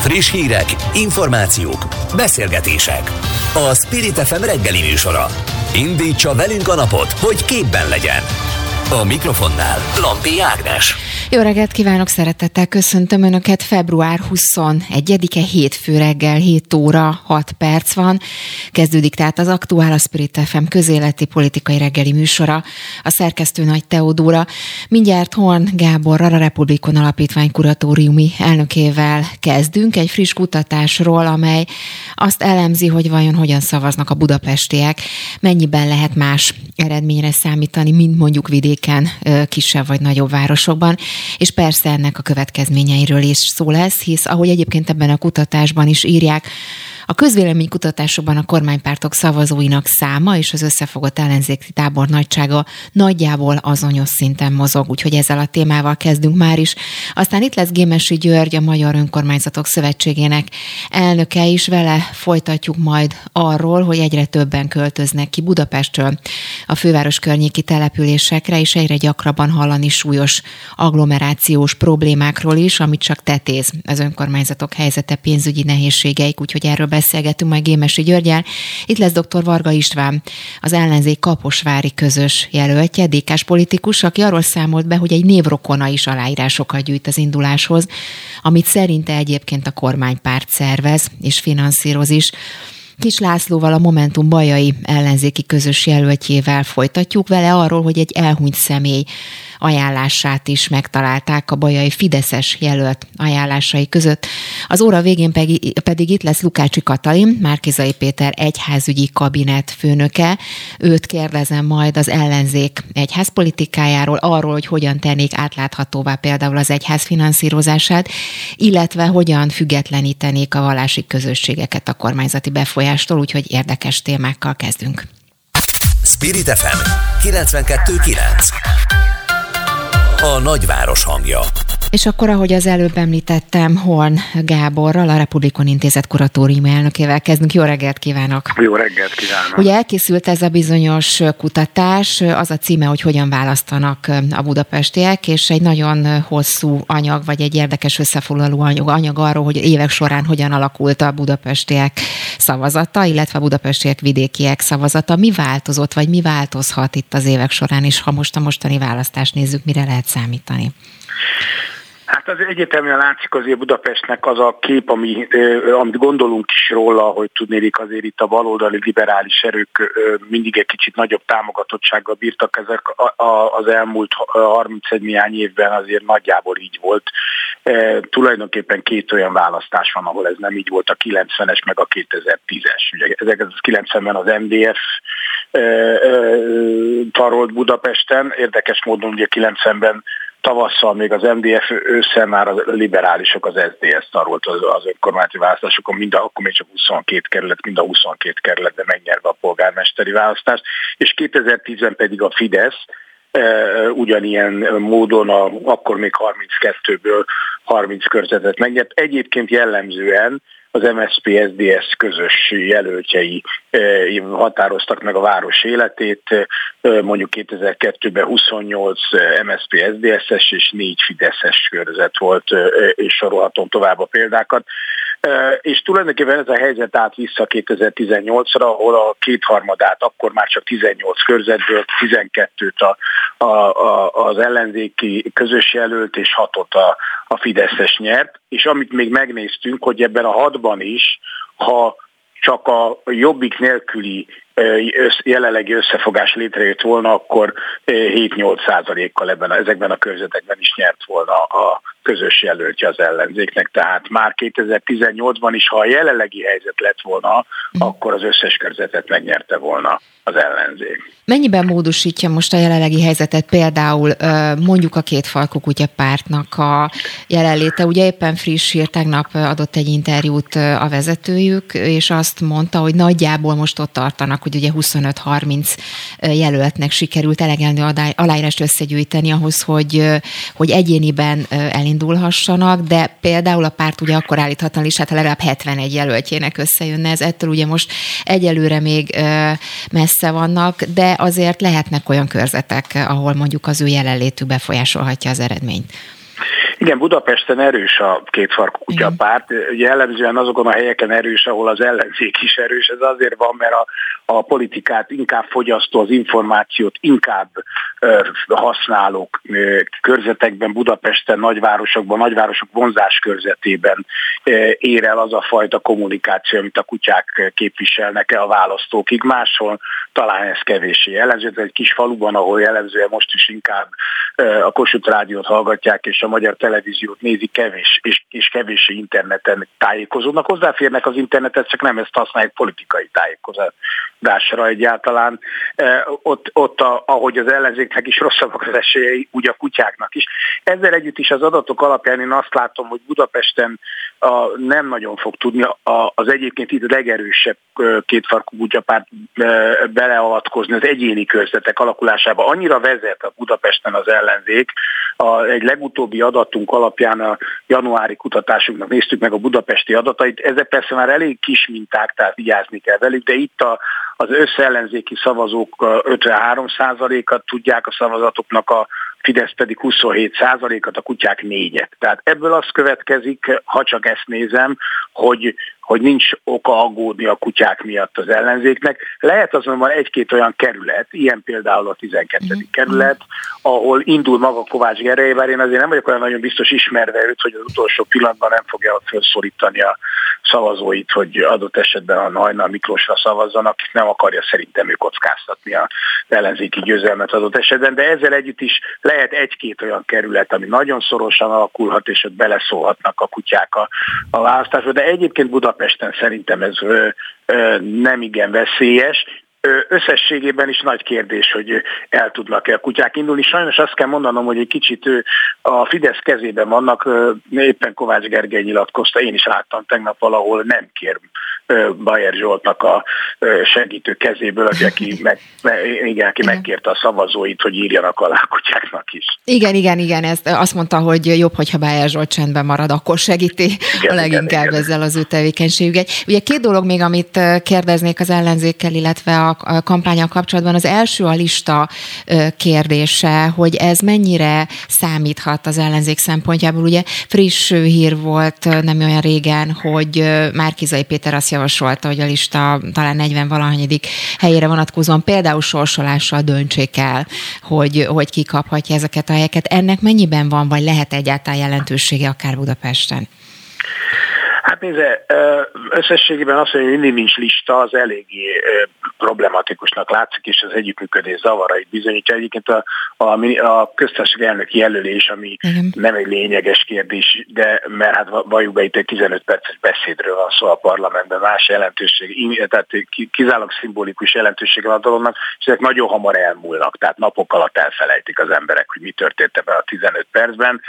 Friss hírek, információk, beszélgetések. A Spirit FM reggeli műsora. Indítsa velünk a napot, hogy képben legyen. A mikrofonnál Lampi Ágnes. Jó reggelt kívánok, szeretettel köszöntöm Önöket. Február 21-e hétfő reggel 7 óra 6 perc van. Kezdődik tehát az Aktuál, a Spirit FM közéleti politikai reggeli műsora. A szerkesztő Nagy Teodóra. Mindjárt Horn Gáborral, a Republikon Alapítvány kuratóriumi elnökével kezdünk egy friss kutatásról, amely azt elemzi, hogy vajon hogyan szavaznak a budapestiek, mennyiben lehet más eredményre számítani, mint mondjuk vidéken, kisebb vagy nagyobb városokban. És persze ennek a következményeiről is szó lesz, hisz ahogy egyébként ebben a kutatásban is írják, a közvéleménykutatásokban a kormánypártok szavazóinak száma és az összefogott ellenzéki tábor nagysága nagyjából azonos szinten mozog, úgyhogy ezzel a témával kezdünk már is. Aztán itt lesz Gémesi György, a Magyar Önkormányzatok Szövetségének elnöke is, vele folytatjuk majd arról, hogy egyre többen költöznek ki Budapestről a főváros környéki településekre, és egyre gyakrabban hallani súlyos agglomerációs problémákról is, amit csak tetéz az önkormányzatok helyzete, pénzügyi nehézségeik, úgyhogy erről beszélgetünk majd Gémesi Györggyel. Itt lesz dr. Varga István, az ellenzék kaposvári közös jelöltje, DK-s politikus, aki arról számolt be, hogy egy névrokona is aláírásokat gyűjt az induláshoz, amit szerinte egyébként a kormánypárt szervez és finanszíroz is. Kis Lászlóval, a Momentum bajai ellenzéki közös jelöltjével folytatjuk vele arról, hogy egy elhunyt személy ajánlását is megtalálták a bajai fideszes jelölt ajánlásai között. Az óra végén pedig itt lesz Lukácsi Katalin, Márki-Zay Péter egyházügyi kabinet főnöke. Őt kérdezem majd az ellenzék egyházpolitikájáról, arról, hogy hogyan tennék átláthatóvá például az egyház finanszírozását, illetve hogyan függetlenítenék a vallási közösségeket a kormányzati befolyástól, úgyhogy érdekes témákkal kezdünk. Spirit FM 92.9. A nagyváros hangja. És akkor, ahogy az előbb említettem, Horn Gáborral, a Republikon Intézet kuratóriumi elnökével kezdünk. Jó reggelt kívánok! Jó reggelt kívánok! Ugye elkészült ez a bizonyos kutatás, az a címe, hogy hogyan választanak a budapestiek, és egy nagyon hosszú anyag, vagy egy érdekes összefoglaló anyag arról, hogy évek során hogyan alakult a budapestiek szavazata, illetve a budapestiek vidékiek szavazata. Mi változott, vagy mi változhat itt az évek során, és ha most a mostani választást nézzük, mire lehet számítani? Hát az egyetemben látszik azért Budapestnek az a kép, amit gondolunk is róla, hogy tudnélik azért itt a baloldali liberális erők mindig egy kicsit nagyobb támogatottsággal bírtak, ezek az elmúlt 31 néhány évben azért nagyjából így volt. Tulajdonképpen két olyan választás van, ahol ez nem így volt, a 90-es meg a 2010-es. Ugye 1990-ben az MDF tarolt Budapesten, érdekes módon ugye 90-ben tavasszal még az MDF, ősszel már a liberálisok, az SZDSZ tarolt az önkormányzati választásokon, akkor még csak 22 kerület, mind a 22 kerületben megnyerve a polgármesteri választást, és 2010-ben pedig a Fidesz ugyanilyen módon akkor még 32-ből 30 körzetet megnyert. Egyébként jellemzően az MSZP-SZDSZ közös jelöltjei határoztak meg a város életét, mondjuk 2002-ben 28 MSZP-SZDSZ-es és 4 Fideszes körzet volt, és sorolhatom tovább a példákat. És tulajdonképpen ez a helyzet állt vissza 2018-ra, ahol a kétharmadát, akkor már csak 18 körzetből, 12-t az ellenzéki közös jelölt, és 6-ot a Fideszes nyert. És amit még megnéztünk, hogy ebben a 6-ban is, ha csak a Jobbik nélküli jelenlegi összefogás létrejött volna, akkor 7-8%-kal ezekben a körzetekben is nyert volna a közös jelöltje az ellenzéknek. Tehát már 2018-ban is, ha a jelenlegi helyzet lett volna, akkor az összes körzetet megnyerte volna az ellenzék. Mennyiben módosítja most a jelenlegi helyzetet például mondjuk a Kétfalkú Kutyapártnak a jelenléte? Ugye éppen friss hír, tegnap adott egy interjút a vezetőjük, és azt mondta, hogy nagyjából most ott tartanak, hogy ugye 25-30 jelöltnek sikerült elegendő aláírást összegyűjteni ahhoz, hogy egyéniben elindulhassanak, de például a párt ugye akkor állíthatlan is, hát legalább 71 jelöltjének összejönne, ez ettől ugye most egyelőre még messze vannak, de azért lehetnek olyan körzetek, ahol mondjuk az ő jelenlétük befolyásolhatja az eredményt. Igen, Budapesten erős a kétfarkú kutyapárt. Ugye jellemzően azokon a helyeken erős, ahol az ellenzék is erős. Ez azért van, mert a politikát inkább fogyasztó, az információt inkább használók körzetekben, Budapesten, nagyvárosok vonzás körzetében ér el az a fajta kommunikáció, amit a kutyák képviselnek a választókig. Máshol talán ez kevéssé jellemző. Egy kis faluban, ahol jellemzően most is inkább a Kossuth Rádiót hallgatják, és a magyar televíziót nézik, és kevéssé interneten tájékozódnak. Hozzáférnek az internetet, csak nem ezt használják politikai tájékozódásra egyáltalán. Ott ahogy az ellenzéknek is rosszabbak az esélyei, úgy a kutyáknak is. Ezzel együtt is az adatok alapján én azt látom, hogy Budapesten nem nagyon fog tudni az egyébként itt legerősebb kétfarkú kutyapárt beleavatkozni az egyéni körzetek alakulásába. Annyira vezet a Budapesten az ellenzék. Egy legutóbbi adatunk alapján a januári kutatásunknak néztük meg a budapesti adatait. Ezek persze már elég kis minták, tehát vigyázni kell velük, de itt az összellenzéki szavazók 53%-at tudják a szavazatoknak, a Fidesz pedig 27%-at, a kutyák 4-et. Tehát ebből az következik, ha csak ezt nézem, hogy nincs oka aggódni a kutyák miatt az ellenzéknek. Lehet azonban egy-két olyan kerület, ilyen például a 12. kerület, ahol indul maga Kovács Gergely, bár én azért nem vagyok olyan nagyon biztos ismerve őt, hogy az utolsó pillanatban nem fogja felszólítani a szavazóit, hogy adott esetben a Hajnal Miklósra szavazzanak, nem akarja szerintem ő kockáztatni az ellenzéki győzelmet adott esetben, de ezzel együtt is lehet egy-két olyan kerület, ami nagyon szorosan alakulhat, és ott beleszólhatnak a kutyák a választásba, de egyébként Budapesten szerintem ez nem igen veszélyes. Összességében is nagy kérdés, hogy el tudnak-e a kutyák indulni. Sajnos azt kell mondanom, hogy egy kicsit a Fidesz kezében vannak, éppen Kovács Gergely nyilatkozta, én is láttam tegnap valahol, nem kér Bayer Zsoltnak a segítő kezéből, aki megkérte a szavazóit, hogy írjanak alá a kutyáknak is. Igen, ezt azt mondta, hogy jobb, hogyha Bayer Zsolt csendben marad, akkor segíti leginkább ezzel az ő tevékenységüket. Ugye két dolog még, amit kérdeznék az ellenzékkel, illetve a kampánnyal kapcsolatban. Az első a lista kérdése, hogy ez mennyire számíthat az ellenzék szempontjából. Ugye friss hír volt nem olyan régen, hogy Márki-Zay Péter azt javasolta, hogy a lista talán 40-valahanyadik helyére vonatkozóan például sorsolással döntsék el, hogy ki kaphatja ezeket a helyeket. Ennek mennyiben van, vagy lehet egyáltalán jelentősége akár Budapesten? Hát nézze, összességében azt, hogy mindig nincs lista, az eléggé problematikusnak látszik, és az együttműködés zavarait bizonyítja. Egyébként a köztársasági elnök jelölés, ami nem egy lényeges kérdés, de mert hát valljuk be, itt egy 15 perces beszédről van szó a parlamentben, más jelentőség, tehát kizárólag szimbolikus jelentősége van a dolognak, és ezek nagyon hamar elmúlnak, tehát napok alatt elfelejtik az emberek, hogy mi történt ebben a 15 percben.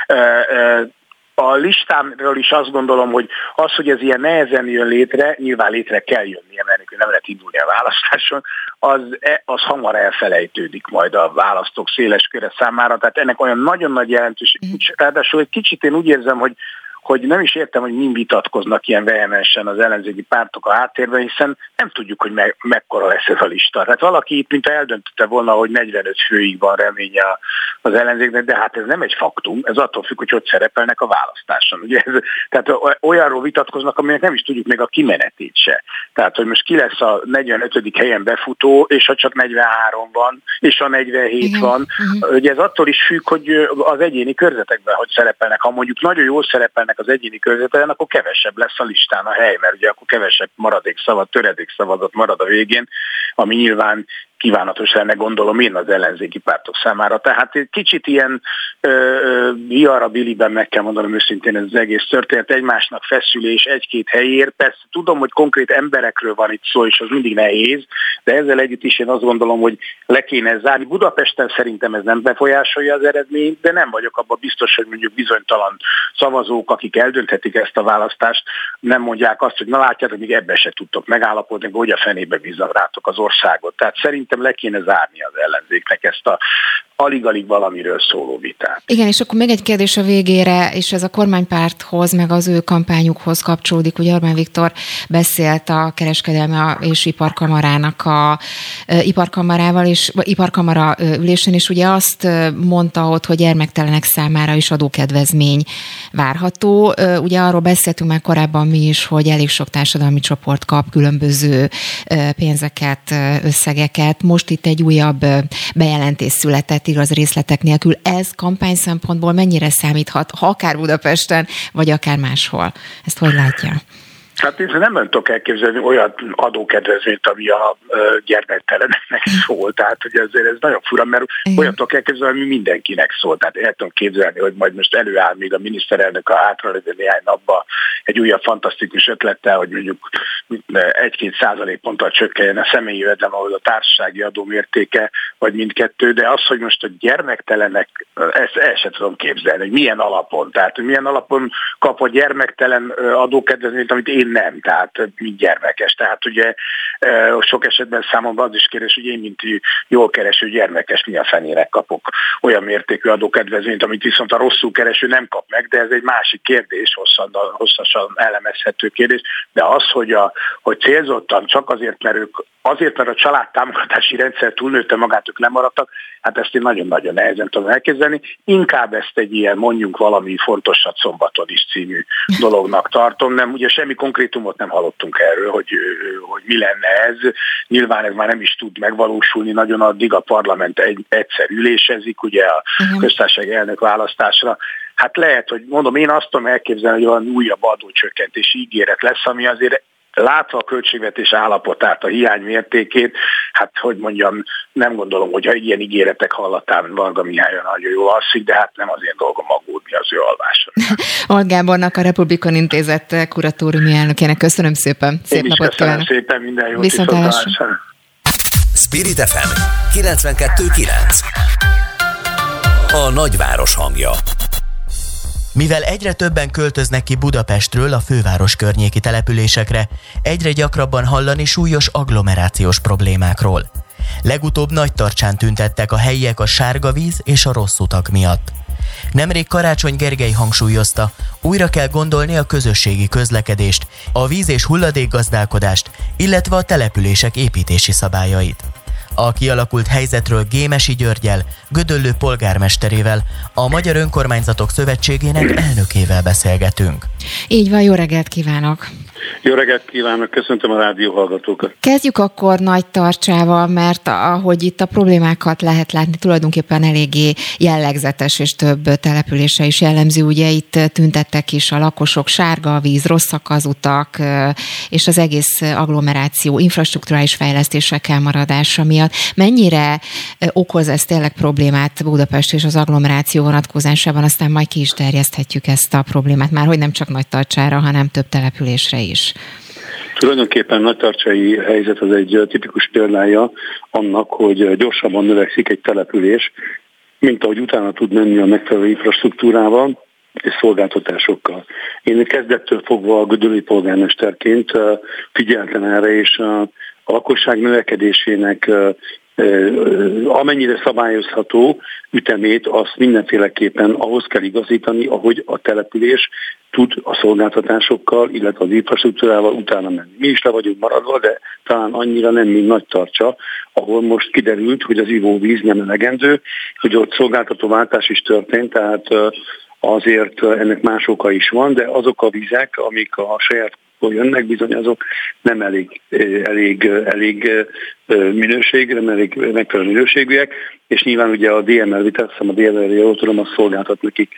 A listámról is azt gondolom, hogy az, hogy ez ilyen nehezen jön létre, nyilván létre kell jönnie, mert nem lehet indulni a választáson, az hamar elfelejtődik majd a választók széles köre számára, tehát ennek olyan nagyon nagy jelentőség. Ráadásul egy kicsit én úgy érzem, hogy nem is értem, hogy mind vitatkoznak ilyen vehemensen az ellenzéki pártok a háttérben, hiszen nem tudjuk, hogy mekkora lesz ez a lista. Tehát valaki itt, mintha eldöntötte volna, hogy 45 főig van reménye az ellenzéknek, de hát ez nem egy faktum, ez attól függ, hogy szerepelnek a választáson. Ugye tehát olyanról vitatkoznak, aminek nem is tudjuk még a kimenetét se. Tehát, hogy most ki lesz a 45. helyen befutó, és ha csak 43 van, és ha 47 van. Ugye ez attól is függ, hogy az egyéni körzetekben hogy szerepelnek. Ha mondjuk nagyon jól szerepelnek az egyéni körzeten, akkor kevesebb lesz a listán a hely, mert ugye akkor kevesebb töredék szavazat marad a végén, ami nyilván kívánatos lenne, gondolom én, az ellenzéki pártok számára. Tehát kicsit ilyen viarabiliben meg kell mondanom őszintén ez az egész történet, egymásnak feszülés egy-két helyért. Persze tudom, hogy konkrét emberekről van itt szó, és az mindig nehéz, de ezzel együtt is én azt gondolom, hogy le kéne zárni. Budapesten szerintem ez nem befolyásolja az eredményt, de nem vagyok abban biztos, hogy mondjuk bizonytalan szavazók, akik eldönthetik ezt a választást, nem mondják azt, hogy na látjátok, még ebben se tudtok megállapodni, hogy a fenébe bízzam rátok az országot. Tehát szerintem le kéne zárni az ellenzéknek ezt a alig-alig valamiről szóló vitát. Igen, és akkor még egy kérdés a végére, és ez a kormánypárthoz, meg az ő kampányukhoz kapcsolódik. Ugye Orbán Viktor beszélt a kereskedelmi és iparkamarának iparkamara ülésen, és ugye azt mondta ott, hogy gyermektelenek számára is adókedvezmény várható. Ugye arról beszéltünk már korábban mi is, hogy elég sok társadalmi csoport kap különböző pénzeket, összegeket. Most itt egy újabb bejelentés született, igaz, részletek nélkül. Ez kampány szempontból mennyire számíthat, ha akár Budapesten, vagy akár máshol? Ezt hogy látja? Hát én nem tudok elképzelni olyan adókedvezményt, ami a gyermekteleneknek szól. Tehát, hogy ezért ez nagyon fura, mert olyan tudok elképzelni, ami mindenkinek szól. Tehát el tudom képzelni, hogy majd most előáll még a miniszterelnök a hátralévő néhány napban egy újabb fantasztikus ötlettel, hogy mondjuk 1-2 % csökkenjen a személyi jövedelem, ahol a társasági adó mértéke, vagy mindkettő, de az, hogy most a gyermektelenek, ezt el sem tudom képzelni, hogy milyen alapon. Tehát, hogy milyen alapon kap a gyermektelen adókedvezményt, amit én nem, tehát mint gyermekes. Tehát ugye sok esetben számomra az is kérdés, hogy én, mint jól kereső gyermekes, mi a fenének kapok olyan mértékű adókedvezményt, amit viszont a rosszul kereső nem kap meg, de ez egy másik kérdés, hosszasan elemezhető kérdés, de az, hogy célzottan csak azért, mert a családtámogatási rendszer túlnőtte magát, ők lemaradtak, hát ezt én nagyon-nagyon nehezen tudom elképzelni. Inkább ezt egy ilyen, mondjunk valami fontosat szombaton is című dolognak tartom. Nem, ugye semmi konkrétumot nem hallottunk erről, hogy mi lenne ez. Nyilván ez már nem is tud megvalósulni nagyon, addig a parlament egyszer ülésezik, ugye a köztársasági elnök választásra. Hát lehet, hogy mondom, én azt tudom elképzelni, hogy olyan újabb adócsökkentési ígéret lesz, ami azért látva a költségvetés állapotát, a hiány mértékét, hát hogy mondjam, nem gondolom, hogy ha ilyen ígéretek hallatán Varga Mihály nagyon jól alszik, de hát nem az én dolgom aggódni az ő alvásra. Old Gábornak, a Republikon Intézet kuratóriumi elnökének köszönöm szépen. Szép napot kívánok. Köszönöm szépen, minden jót. Viszontlátásra. Spirit FM 92.9. A nagyváros hangja. Mivel egyre többen költöznek ki Budapestről a főváros környéki településekre, egyre gyakrabban hallani súlyos agglomerációs problémákról. Legutóbb Nagytarcsán tüntettek a helyiek a sárga víz és a rossz utak miatt. Nemrég Karácsony Gergely hangsúlyozta, újra kell gondolni a közösségi közlekedést, a víz- és hulladékgazdálkodást, illetve a települések építési szabályait. A kialakult helyzetről Gémesi Györggyel, Gödöllő polgármesterével, a Magyar Önkormányzatok Szövetségének elnökével beszélgetünk. Így van, jó reggelt kívánok! Jó reggelt kívánok, köszöntöm a rádióhallgatókat. Kezdjük akkor Nagytarcsával, mert ahogy itt a problémákat lehet látni, tulajdonképpen eléggé jellegzetes és több településre is jellemző. Ugye itt tüntettek is a lakosok, sárga a víz, rosszak az utak, és az egész agglomeráció infrastrukturális fejlesztések elmaradása miatt. Mennyire okoz ez tényleg problémát Budapest és az agglomeráció vonatkozásában, aztán majd ki is terjeszthetjük ezt a problémát, már hogy nem csak Nagytarcsára, hanem több településre is. Tulajdonképpen Nagytarcsai helyzet az egy tipikus példája annak, hogy gyorsabban növekszik egy település, mint ahogy utána tud menni a megfelelő infrastruktúrával és szolgáltatásokkal. Én kezdettől fogva a gödöllői polgármesterként figyeltem erre, és a lakosság növekedésének amennyire szabályozható ütemét, azt mindenféleképpen ahhoz kell igazítani, ahogy a település tud a szolgáltatásokkal, illetve az infrastruktúrával utána menni. Mi is le vagyunk maradva, de talán annyira nem, mint Nagytarcsa, ahol most kiderült, hogy az ivóvíz nem elegendő, hogy ott szolgáltatóváltás is történt, tehát azért ennek más oka is van, de azok a vizek, amik a saját jönnek, bizony azok nem elég minőségre, nem elég megfelelő minőségűek, és nyilván ugye a DML viteszem, a DML-re jól tudom, azt szolgáltat nekik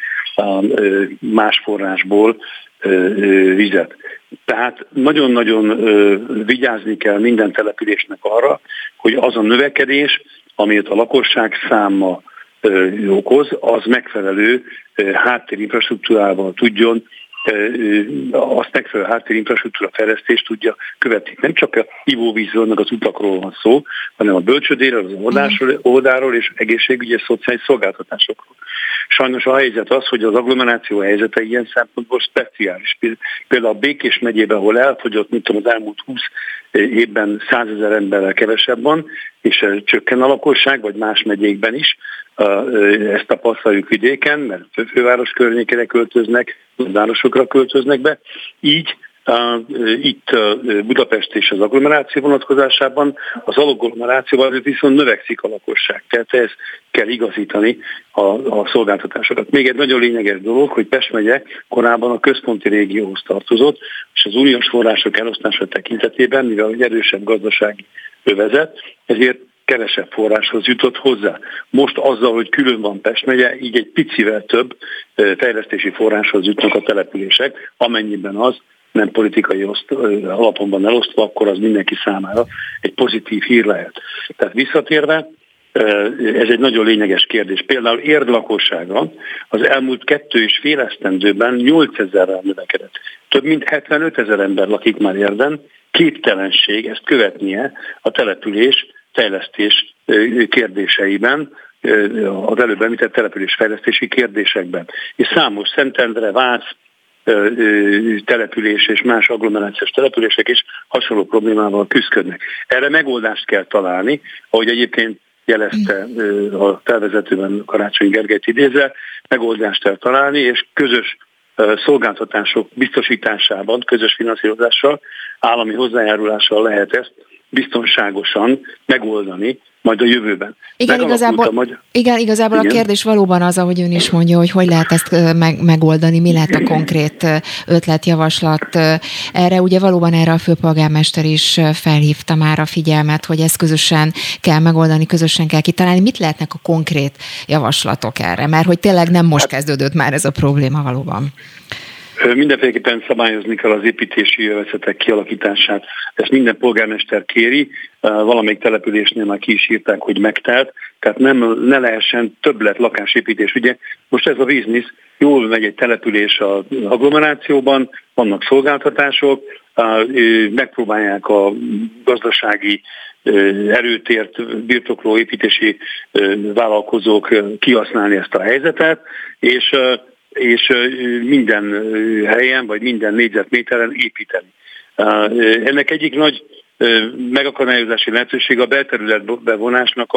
más forrásból vizet. Tehát nagyon-nagyon vigyázni kell minden településnek arra, hogy az a növekedés, amit a lakosság száma okoz, az megfelelő háttérinfrastruktúrával tudjon azt megfelelő háttérinfrastruktúra fejlesztést tudja követni. Nem csak a ivóvízről, meg az utakról van szó, hanem a bölcsődéről, az óvodáról és egészségügyi és szociális szolgáltatásokról. Sajnos a helyzet az, hogy az agglomeráció helyzete ilyen szempontból speciális. Például a Békés megyében, ahol elfogyott, mint tudom, az elmúlt 20 évben 100 000 emberrel kevesebb van, és csökken a lakosság, vagy más megyékben is, ezt tapasztaljuk vidéken, mert főváros környékére költöznek, városokra költöznek be. Így itt Budapest és az agglomeráció vonatkozásában, az agglomerációban viszont növekszik a lakosság. Tehát ezt kell igazítani a szolgáltatásokat. Még egy nagyon lényeges dolog, hogy Pest megye korábban a központi régióhoz tartozott, és az uniós források elosztása tekintetében, mivel egy erősebb gazdasági övezet, ezért kevesebb forráshoz jutott hozzá. Most azzal, hogy külön van Pest megye, így egy picivel több fejlesztési forráshoz jutnak a települések, amennyiben az nem politikai alapon van elosztva, akkor az mindenki számára egy pozitív hír lehet. Tehát visszatérve, ez egy nagyon lényeges kérdés. Például Érd lakossága az elmúlt 2,5 esztendőben 8000-rel növekedett. Több mint 75 000 ember lakik már Érden, képtelenség ezt követnie a település fejlesztés kérdéseiben, az előbb említett településfejlesztési kérdésekben. És számos Szentendre, Vác település és más agglomerációs települések is hasonló problémával küzdködnek. Erre megoldást kell találni, ahogy egyébként jelezte a felvezetőben Karácsony Gergelyt idézve, megoldást kell találni, és közös szolgáltatások biztosításában, közös finanszírozással, állami hozzájárulással lehet ezt biztonságosan megoldani majd a jövőben. Igazából a kérdés valóban az, ahogy ön is mondja, hogy lehet ezt megoldani, mi lehet a konkrét ötletjavaslat. Erre ugye valóban a főpolgármester is felhívta már a figyelmet, hogy ezt közösen kell megoldani, közösen kell kitalálni. Mit lehetnek a konkrét javaslatok erre? Mert hogy tényleg nem most kezdődött már ez a probléma valóban. Mindenféleképpen szabályozni kell az építési övezetek kialakítását. Ezt minden polgármester kéri, valamelyik településnél már ki is írták, hogy megtelt, tehát ne lehessen többlet lakásépítés. Ugye most ez a biznisz, jól megy egy település az agglomerációban, vannak szolgáltatások, megpróbálják a gazdasági erőtért birtokló építési vállalkozók kihasználni ezt a helyzetet, és minden helyen, vagy minden négyzetméteren építeni. Ennek egyik nagy megakadályozási lehetőség a belterületbevonásnak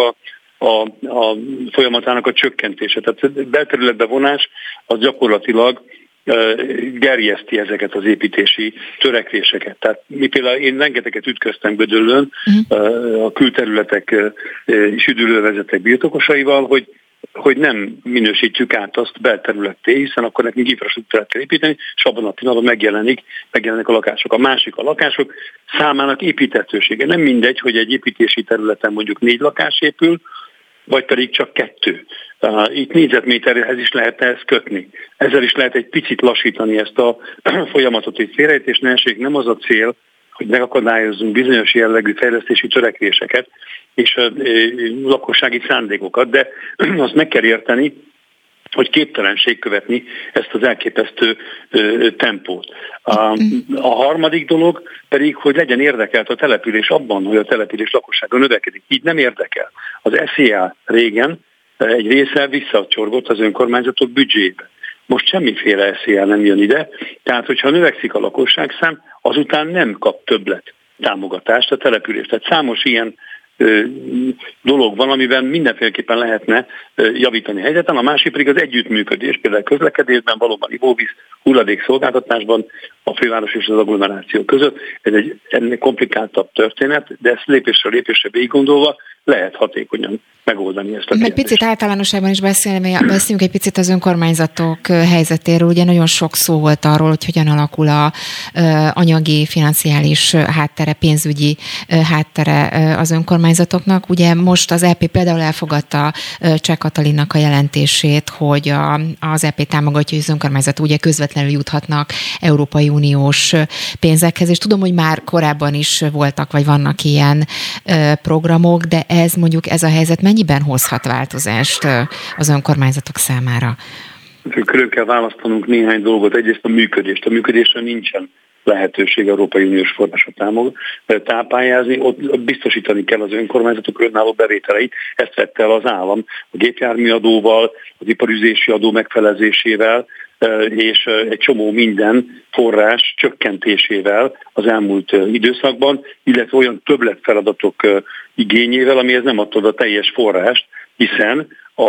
a folyamatának a csökkentése. Tehát belterületbevonás az gyakorlatilag gerjeszti ezeket az építési törekvéseket. Tehát például én rengeteget ütköztem Gödöllőn a külterületek és üdülővezetek birtokosaival, hogy nem minősítjük át azt belterületté, hiszen akkor nekünk infrastruktúrát kell építeni, és abban a pillanatban megjelennek a lakások. A másik a lakások számának építhetősége. Nem mindegy, hogy egy építési területen mondjuk 4 lakás épül, vagy pedig csak 2. Itt négyzetméterhez is lehetne ezt kötni. Ezzel is lehet egy picit lassítani ezt a folyamatot, hogy félrejtés ne essék. Nem az a cél, hogy megakadályozzunk bizonyos jellegű fejlesztési törekvéseket és lakossági szándékokat, de azt meg kell érteni, hogy képtelenség követni ezt az elképesztő tempót. A harmadik dolog pedig, hogy legyen érdekelt a település abban, hogy a település lakossága növekedik. Így nem érdekel. Az SZIA régen egy része visszacsorgott az önkormányzatok büdzséjébe. Most semmiféle SZIA nem jön ide, tehát hogyha növekszik a lakosságszám, azután nem kap többlet támogatást a település. Tehát számos ilyen dolog van, amiben mindenféleképpen lehetne javítani a helyzeten. A másik pedig az együttműködés, például közlekedésben, valóban ivóvíz, hulladékszolgáltatásban a főváros és az agglomeráció között. Ez egy ennél komplikáltabb történet, de ezt lépésről lépésre végiggondolva lehet hatékonyan megoldani ezt a kérdést. Picit általánosságban is beszéljünk egy picit az önkormányzatok helyzetéről. Ugye nagyon sok szó volt arról, hogy hogyan alakul a anyagi, financiális háttere, pénzügyi háttere az önkormányzatoknak. Ugye most az EP például elfogadta Cseh Katalinnak a jelentését, hogy az EP támogatja, hogy az önkormányzat ugye közvetlenül juthatnak Európai Uniós pénzekhez, és tudom, hogy már korábban is voltak, vagy vannak ilyen programok, de ez a helyzet mennyiben hozhat változást az önkormányzatok számára? Külön kell választanunk néhány dolgot. Egyrészt a működést. A működésre nincsen lehetőség Európai Uniós forrásot tápályázni, ott biztosítani kell az önkormányzatok önálló bevételeit, ezt vette el az állam a gépjárműadóval, az iparüzési adó megfelezésével, és egy csomó minden forrás csökkentésével az elmúlt időszakban, illetve olyan többletfeladatok igényével, amihez nem adtad a teljes forrást, hiszen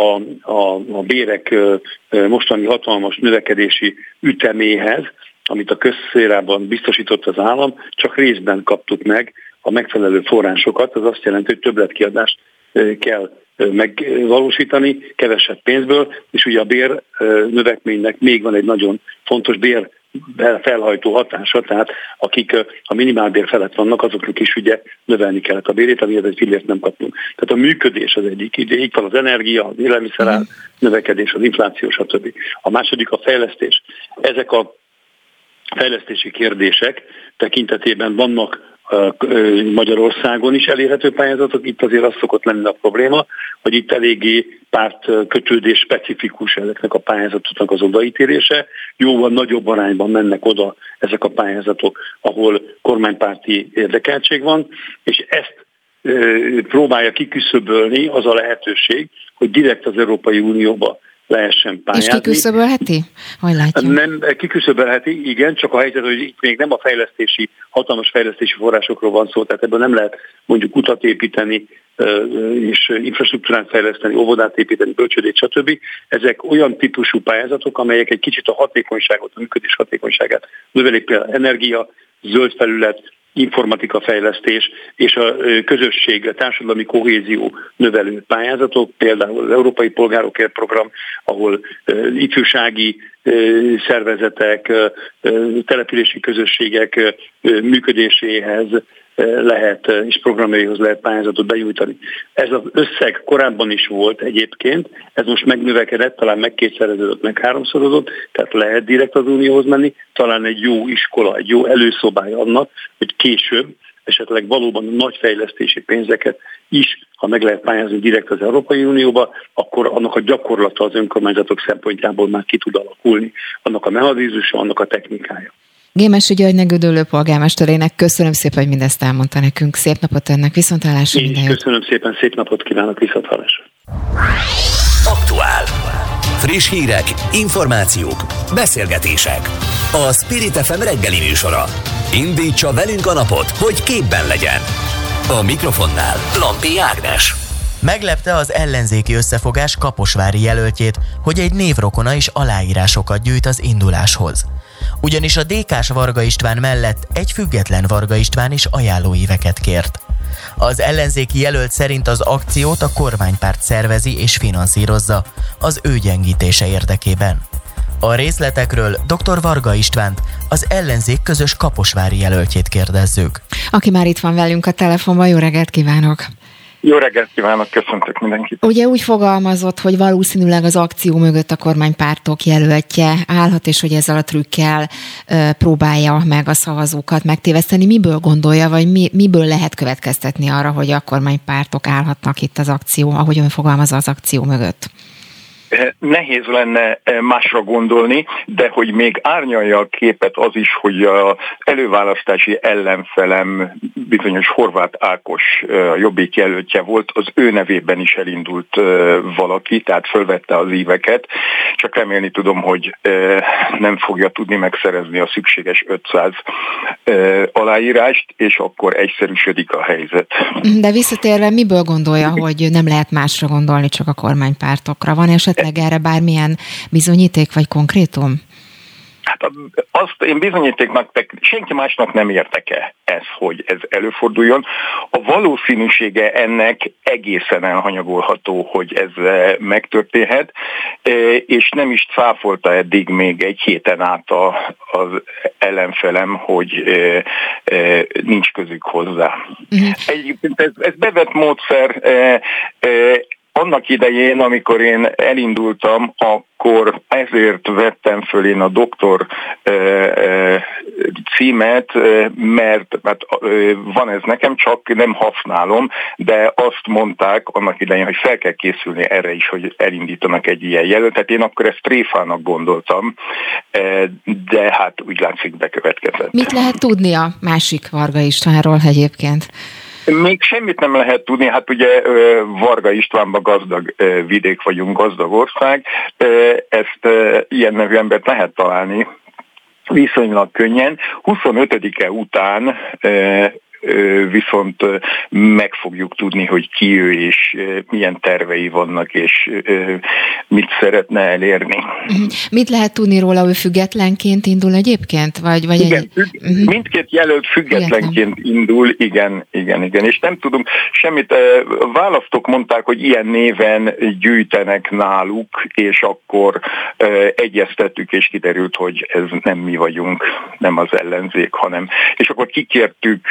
a bérek mostani hatalmas növekedési üteméhez, amit a közszférában biztosított az állam, csak részben kaptuk meg a megfelelő forrásokat, az azt jelenti, hogy többletkiadást kell megvalósítani kevesebb pénzből, és ugye a bér növekménynek még van egy nagyon fontos bér felhajtó hatása, tehát akik a minimálbér felett vannak, azoknak is ugye növelni kellett a bérét, amiért egy fillért nem kaptunk. Tehát a működés az egyik, itt van az energia, az élelmiszerár növekedés, az infláció, stb. A második a fejlesztés. Ezek a fejlesztési kérdések tekintetében vannak Magyarországon is elérhető pályázatok, itt azért az szokott lenni a probléma, hogy itt eléggé pártkötődés specifikus ezeknek a pályázatoknak az odaítélése. Jóval nagyobb arányban mennek oda ezek a pályázatok, ahol kormánypárti érdekeltség van, és ezt próbálja kiküszöbölni az a lehetőség, hogy direkt az Európai Unióba lehessen pályázni. És kiküszöbölheti? Hogy látja? Nem, kiküszöbölheti, igen, csak a helyzet, hogy itt még nem a hatalmas fejlesztési forrásokról van szó, tehát ebből nem lehet mondjuk utat építeni, és infrastruktúrát fejleszteni, óvodát építeni, bölcsődét, stb. Ezek olyan típusú pályázatok, amelyek egy kicsit a hatékonyságot, a működés hatékonyságát növelik, például energia, zöld felület, informatika fejlesztés és a közösség, a társadalmi kohézió növelő pályázatok, például az Európai Polgárokért Program, ahol ifjúsági szervezetek, települési közösségek működéséhez lehet, és programjaihoz lehet pályázatot benyújtani. Ez az összeg korábban is volt egyébként, ez most megnövekedett, talán megkétszereződött, meg háromszorozott, tehát lehet direkt az Unióhoz menni, talán egy jó iskola, egy jó előszobája annak, hogy később esetleg valóban nagy fejlesztési pénzeket is, ha meg lehet pályázni direkt az Európai Unióba, akkor annak a gyakorlata az önkormányzatok szempontjából már ki tud alakulni. Annak a mechanizmusa, annak a technikája. Gémesi Györgynek, Gödöllő polgármesterének köszönöm szépen, hogy mindezt elmondta nekünk. Szép napot önnek, viszonthallásra, minden jót. Köszönöm szépen, szép napot kívánok, viszonthallásra. Aktuál. Friss hírek, információk, beszélgetések. A Spirit FM reggeli műsora. Indítsa velünk a napot, hogy képben legyen. A mikrofonnál Lampi Ágnes. Meglepte az ellenzéki összefogás kaposvári jelöltjét, hogy egy névrokona is aláírásokat gyűjt az induláshoz. Ugyanis a DK-s Varga István mellett egy független Varga István is ajánlóíveket kért. Az ellenzéki jelölt szerint az akciót a kormánypárt szervezi és finanszírozza az ő gyengítése érdekében. A részletekről dr. Varga Istvánt, az ellenzék közös kaposvári jelöltjét kérdezzük. Aki már itt van velünk a telefonban, jó reggelt kívánok! Jó reggelt kívánok, köszöntök mindenkit. Ugye úgy fogalmazott, hogy valószínűleg az akció mögött a kormánypártok jelöltje állhat, és hogy ezzel a trükkel próbálja meg a szavazókat megtéveszteni. Miből gondolja, vagy miből lehet következtetni arra, hogy a kormánypártok állhatnak itt az akció, ahogy ön fogalmazza, az akció mögött? Nehéz lenne másra gondolni, de hogy még árnyalja a képet az is, hogy az előválasztási ellenfelem bizonyos Horváth Ákos Jobbik jelöltje volt, az ő nevében is elindult valaki, tehát fölvette az íveket, csak remélni tudom, hogy nem fogja tudni megszerezni a szükséges 500 aláírást, és akkor egyszerűsödik a helyzet. De visszatérve, miből gondolja, hogy nem lehet másra gondolni, csak a kormánypártokra? Van esetleg erre bármilyen bizonyíték vagy konkrétum? Hát azt én bizonyítéknak, senki másnak nem értek-e ez, hogy ez előforduljon. A valószínűsége ennek egészen elhanyagolható, hogy ez megtörténhet, és nem is cáfolta eddig még egy héten át az ellenfelem, hogy nincs közük hozzá. Egyébként ez bevett módszer. Annak idején, amikor én elindultam, akkor ezért vettem föl én a doktor címet, mert van ez nekem, csak nem használom, de azt mondták annak idején, hogy fel kell készülni erre is, hogy elindítanak egy ilyen jelöltet. Én akkor ezt tréfának gondoltam, de hát úgy látszik bekövetkezett. Mit lehet tudni a másik Varga Istvánról egyébként? Még semmit nem lehet tudni, hát ugye Varga Istvánban gazdag vidék vagyunk, gazdag ország, ezt ilyen nevű embert lehet találni viszonylag könnyen. 25-e után viszont meg fogjuk tudni, hogy ki ő és milyen tervei vannak, és mit szeretne elérni. Mit lehet tudni róla, ő függetlenként indul egyébként? Vagy igen, mindkét jelölt függetlenként indul, igen, és nem tudunk semmit. Választók mondták, hogy ilyen néven gyűjtenek náluk, és akkor egyeztettük, és kiderült, hogy ez nem mi vagyunk, nem az ellenzék, hanem. És akkor kikértük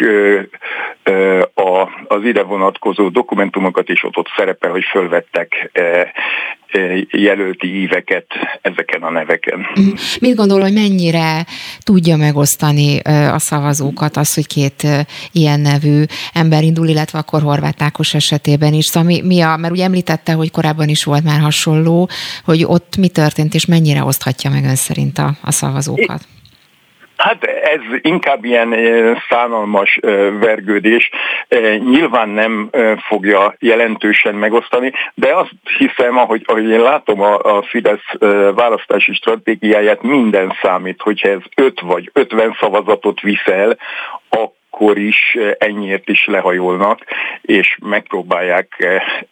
az ide vonatkozó dokumentumokat, és ott szerepel, hogy fölvettek jelölti íveket ezeken a neveken. Mit gondol, hogy mennyire tudja megosztani a szavazókat az, hogy két ilyen nevű ember indul, illetve akkor Horváth Ákos esetében is? Szóval mert ugye említette, hogy korábban is volt már hasonló, hogy ott mi történt, és mennyire oszthatja meg ön szerint a szavazókat? Hát ez inkább ilyen szánalmas vergődés. Nyilván nem fogja jelentősen megosztani, de azt hiszem, ahogy én látom a Fidesz választási stratégiáját, minden számít, hogyha ez 5 vagy 50 szavazatot visel, akkor is ennyiért is lehajolnak, és megpróbálják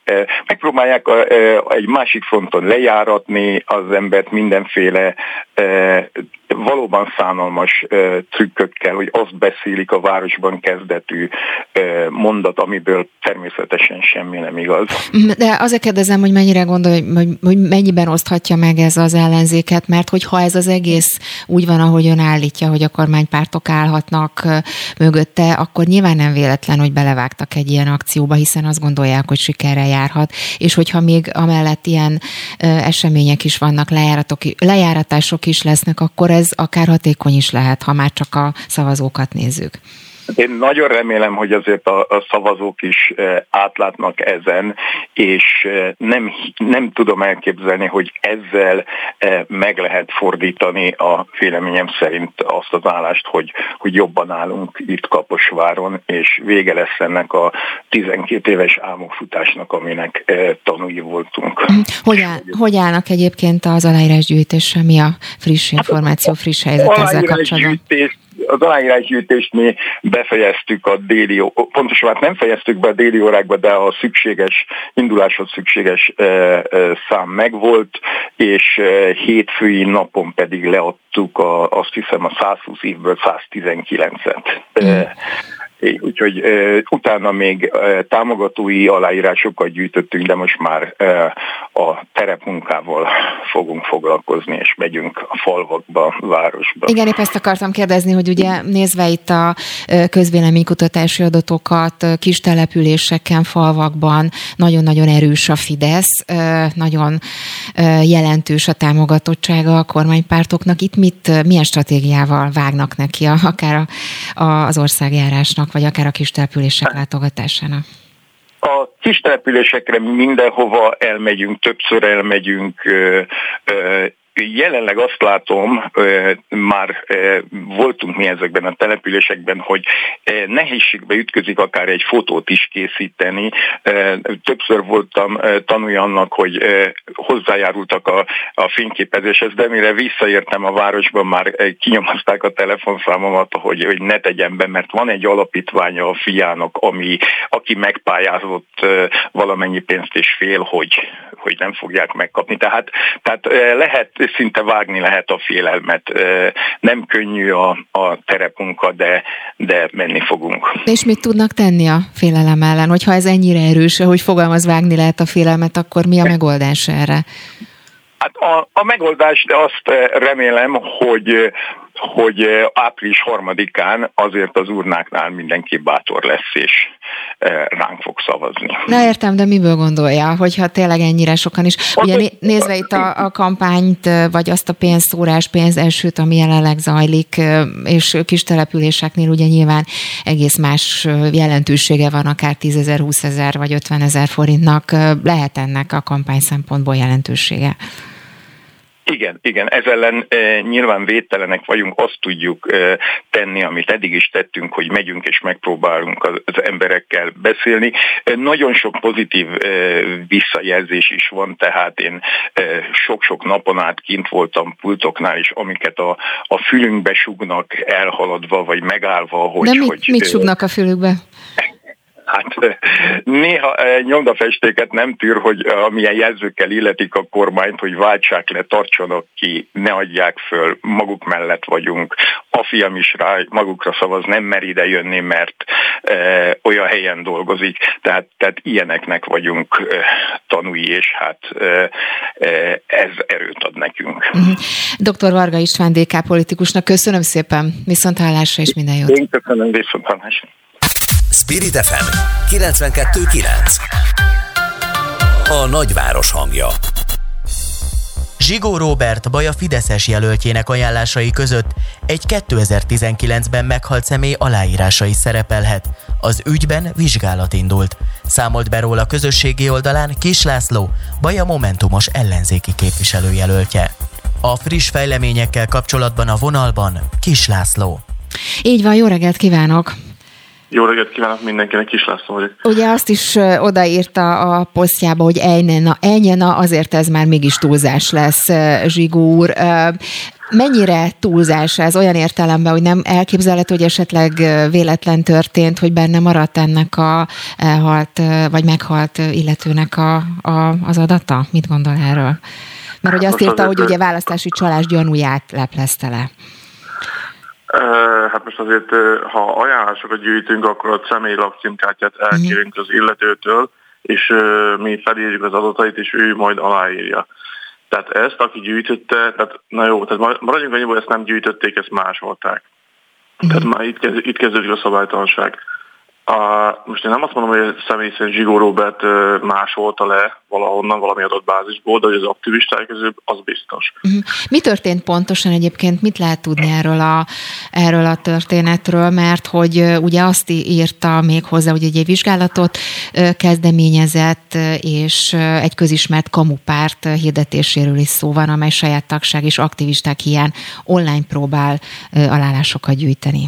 egy másik fronton lejáratni az embert mindenféle valóban szánalmas trükkökkel, hogy azt beszélik a városban kezdetű mondat, amiből természetesen semmi nem igaz. De azért kérdezem, hogy mennyire gondolja, hogy mennyiben oszthatja meg ez az ellenzéket, mert hogyha ez az egész úgy van, ahogy ön állítja, hogy a kormánypártok állhatnak mögötte, akkor nyilván nem véletlen, hogy belevágtak egy ilyen akcióba, hiszen azt gondolják, hogy sikerrel járhat, és hogyha még amellett ilyen események is vannak, lejáratások is lesznek, akkor ez akár hatékony is lehet, ha már csak a szavazókat nézzük. Én nagyon remélem, hogy azért a szavazók is átlátnak ezen, és nem tudom elképzelni, hogy ezzel meg lehet fordítani a véleményem szerint azt az állást, hogy jobban állunk itt Kaposváron, és vége lesz ennek a 12 éves álmokfutásnak, aminek tanúi voltunk. Hogy állnak egyébként az aláírásgyűjtéssel? Mi a friss információ, friss helyzet ezzel kapcsolatban? Az aláírásgyűjtést mi befejeztük pontosabban nem fejeztük be a déli órákba, de a induláshoz szükséges szám megvolt, és hétfői napon pedig leadtuk azt hiszem a 120 évből 119-et. Úgyhogy utána még támogatói aláírásokat gyűjtöttünk, de most már a terepmunkával fogunk foglalkozni, és megyünk a falvakba, városba. Igen, épp ezt akartam kérdezni, hogy ugye nézve itt a közvéleménykutatási adatokat, kis településeken, falvakban nagyon-nagyon erős a Fidesz, nagyon jelentős a támogatottsága a kormánypártoknak. Itt milyen stratégiával vágnak neki akár az országjárásnak, vagy akár a kis települések látogatásának? A kis településekre mindenhova elmegyünk, többször elmegyünk. Jelenleg azt látom, már voltunk mi ezekben a településekben, hogy nehézségbe ütközik akár egy fotót is készíteni. Többször voltam tanulja annak, hogy hozzájárultak a fényképezéshez, de mire visszaértem a városban, már kinyomozták a telefonszámomat, hogy ne tegyen be, mert van egy alapítványa a fiának, aki megpályázott valamennyi pénzt és fél, hogy nem fogják megkapni. Tehát szinte vágni lehet a félelmet. Nem könnyű a terepmunka, de menni fogunk. És mit tudnak tenni a félelem ellen? Hogyha ez ennyire erős, hogy fogalmaz, vágni lehet a félelmet, akkor mi a megoldás erre? Hát a megoldás, de azt remélem, hogy hogy április 3-án azért az urnáknál mindenki bátor lesz, és ránk fog szavazni. Na értem, de miből gondolja, hogyha tényleg ennyire sokan is. Ugye nézve itt a kampányt, vagy azt a pénzszórás, pénzesőt, ami jelenleg zajlik, és kis településeknél ugye nyilván egész más jelentősége van, akár 10 000, 20 000 vagy 50 000 forintnak lehet ennek a kampány szempontból jelentősége. Igen, ez ellen nyilván védtelenek vagyunk, azt tudjuk tenni, amit eddig is tettünk, hogy megyünk és megpróbálunk az emberekkel beszélni. Nagyon sok pozitív visszajelzés is van, tehát én sok-sok napon át kint voltam pultoknál is, amiket a fülünkbe sugnak elhaladva, vagy megállva. Hogy, de mit sugnak a fülükbe? Hát néha nyomdafestéket nem tűr, hogy amilyen jelzőkkel illetik a kormányt, hogy váltsák le, tartsanak ki, ne adják föl, maguk mellett vagyunk. A fiam is rá magukra szavaz, nem mer ide jönni, mert olyan helyen dolgozik. Tehát ilyeneknek vagyunk tanúi, és hát ez erőt ad nekünk. Dr. Varga István, DK politikusnak köszönöm szépen, viszonthallásra és minden jót. Én köszönöm, viszonthallásra. Spirit FM 92.9. A nagyváros hangja. Zsigó Róbert Baja fideszes jelöltjének ajánlásai között egy 2019-ben meghalt személy aláírása is szerepelhet. Az ügyben vizsgálat indult. Számolt be róla közösségi oldalán Kiss László, Baja Momentumos ellenzéki képviselőjelöltje. A friss fejleményekkel kapcsolatban a vonalban Kiss László. Így van, jó reggelt kívánok! Jó reggelt kívánok mindenkinek, Kiss László vagyok. Ugye azt is odaírta a posztjába, hogy ejnena, azért ez már mégis túlzás lesz, Zsigó úr. Mennyire túlzás ez olyan értelemben, hogy nem elképzelhető, hogy esetleg véletlen történt, hogy benne maradt ennek a elhalt vagy meghalt illetőnek az adata? Mit gondol erről? Mert hogy azt írta, hogy ugye választási csalás gyanúját leplezte le. Hát most azért, ha ajánlásokat gyűjtünk, akkor a személyi lakcímkártyát elkérünk az illetőtől, és mi felírjuk az adatait, és ő majd aláírja. Tehát ezt, aki gyűjtötte, tehát na jó, tehát maradjunk annyiból, ezt nem gyűjtötték, ezt másolták. Tehát már itt kezdődik a szabálytalanság. Most én nem azt mondom, hogy személy szerint Zsigó Róbert másolta le valahonnan, valami adott bázisból, de hogy az aktivisták közül az biztos. Mi történt pontosan egyébként? Mit lehet tudni erről a történetről? Mert hogy ugye azt írta még hozzá, hogy egy vizsgálatot kezdeményezett, és egy közismert kamupárt hirdetéséről is szó van, amely saját tagság és aktivisták hiány online próbál aláírásokat gyűjteni.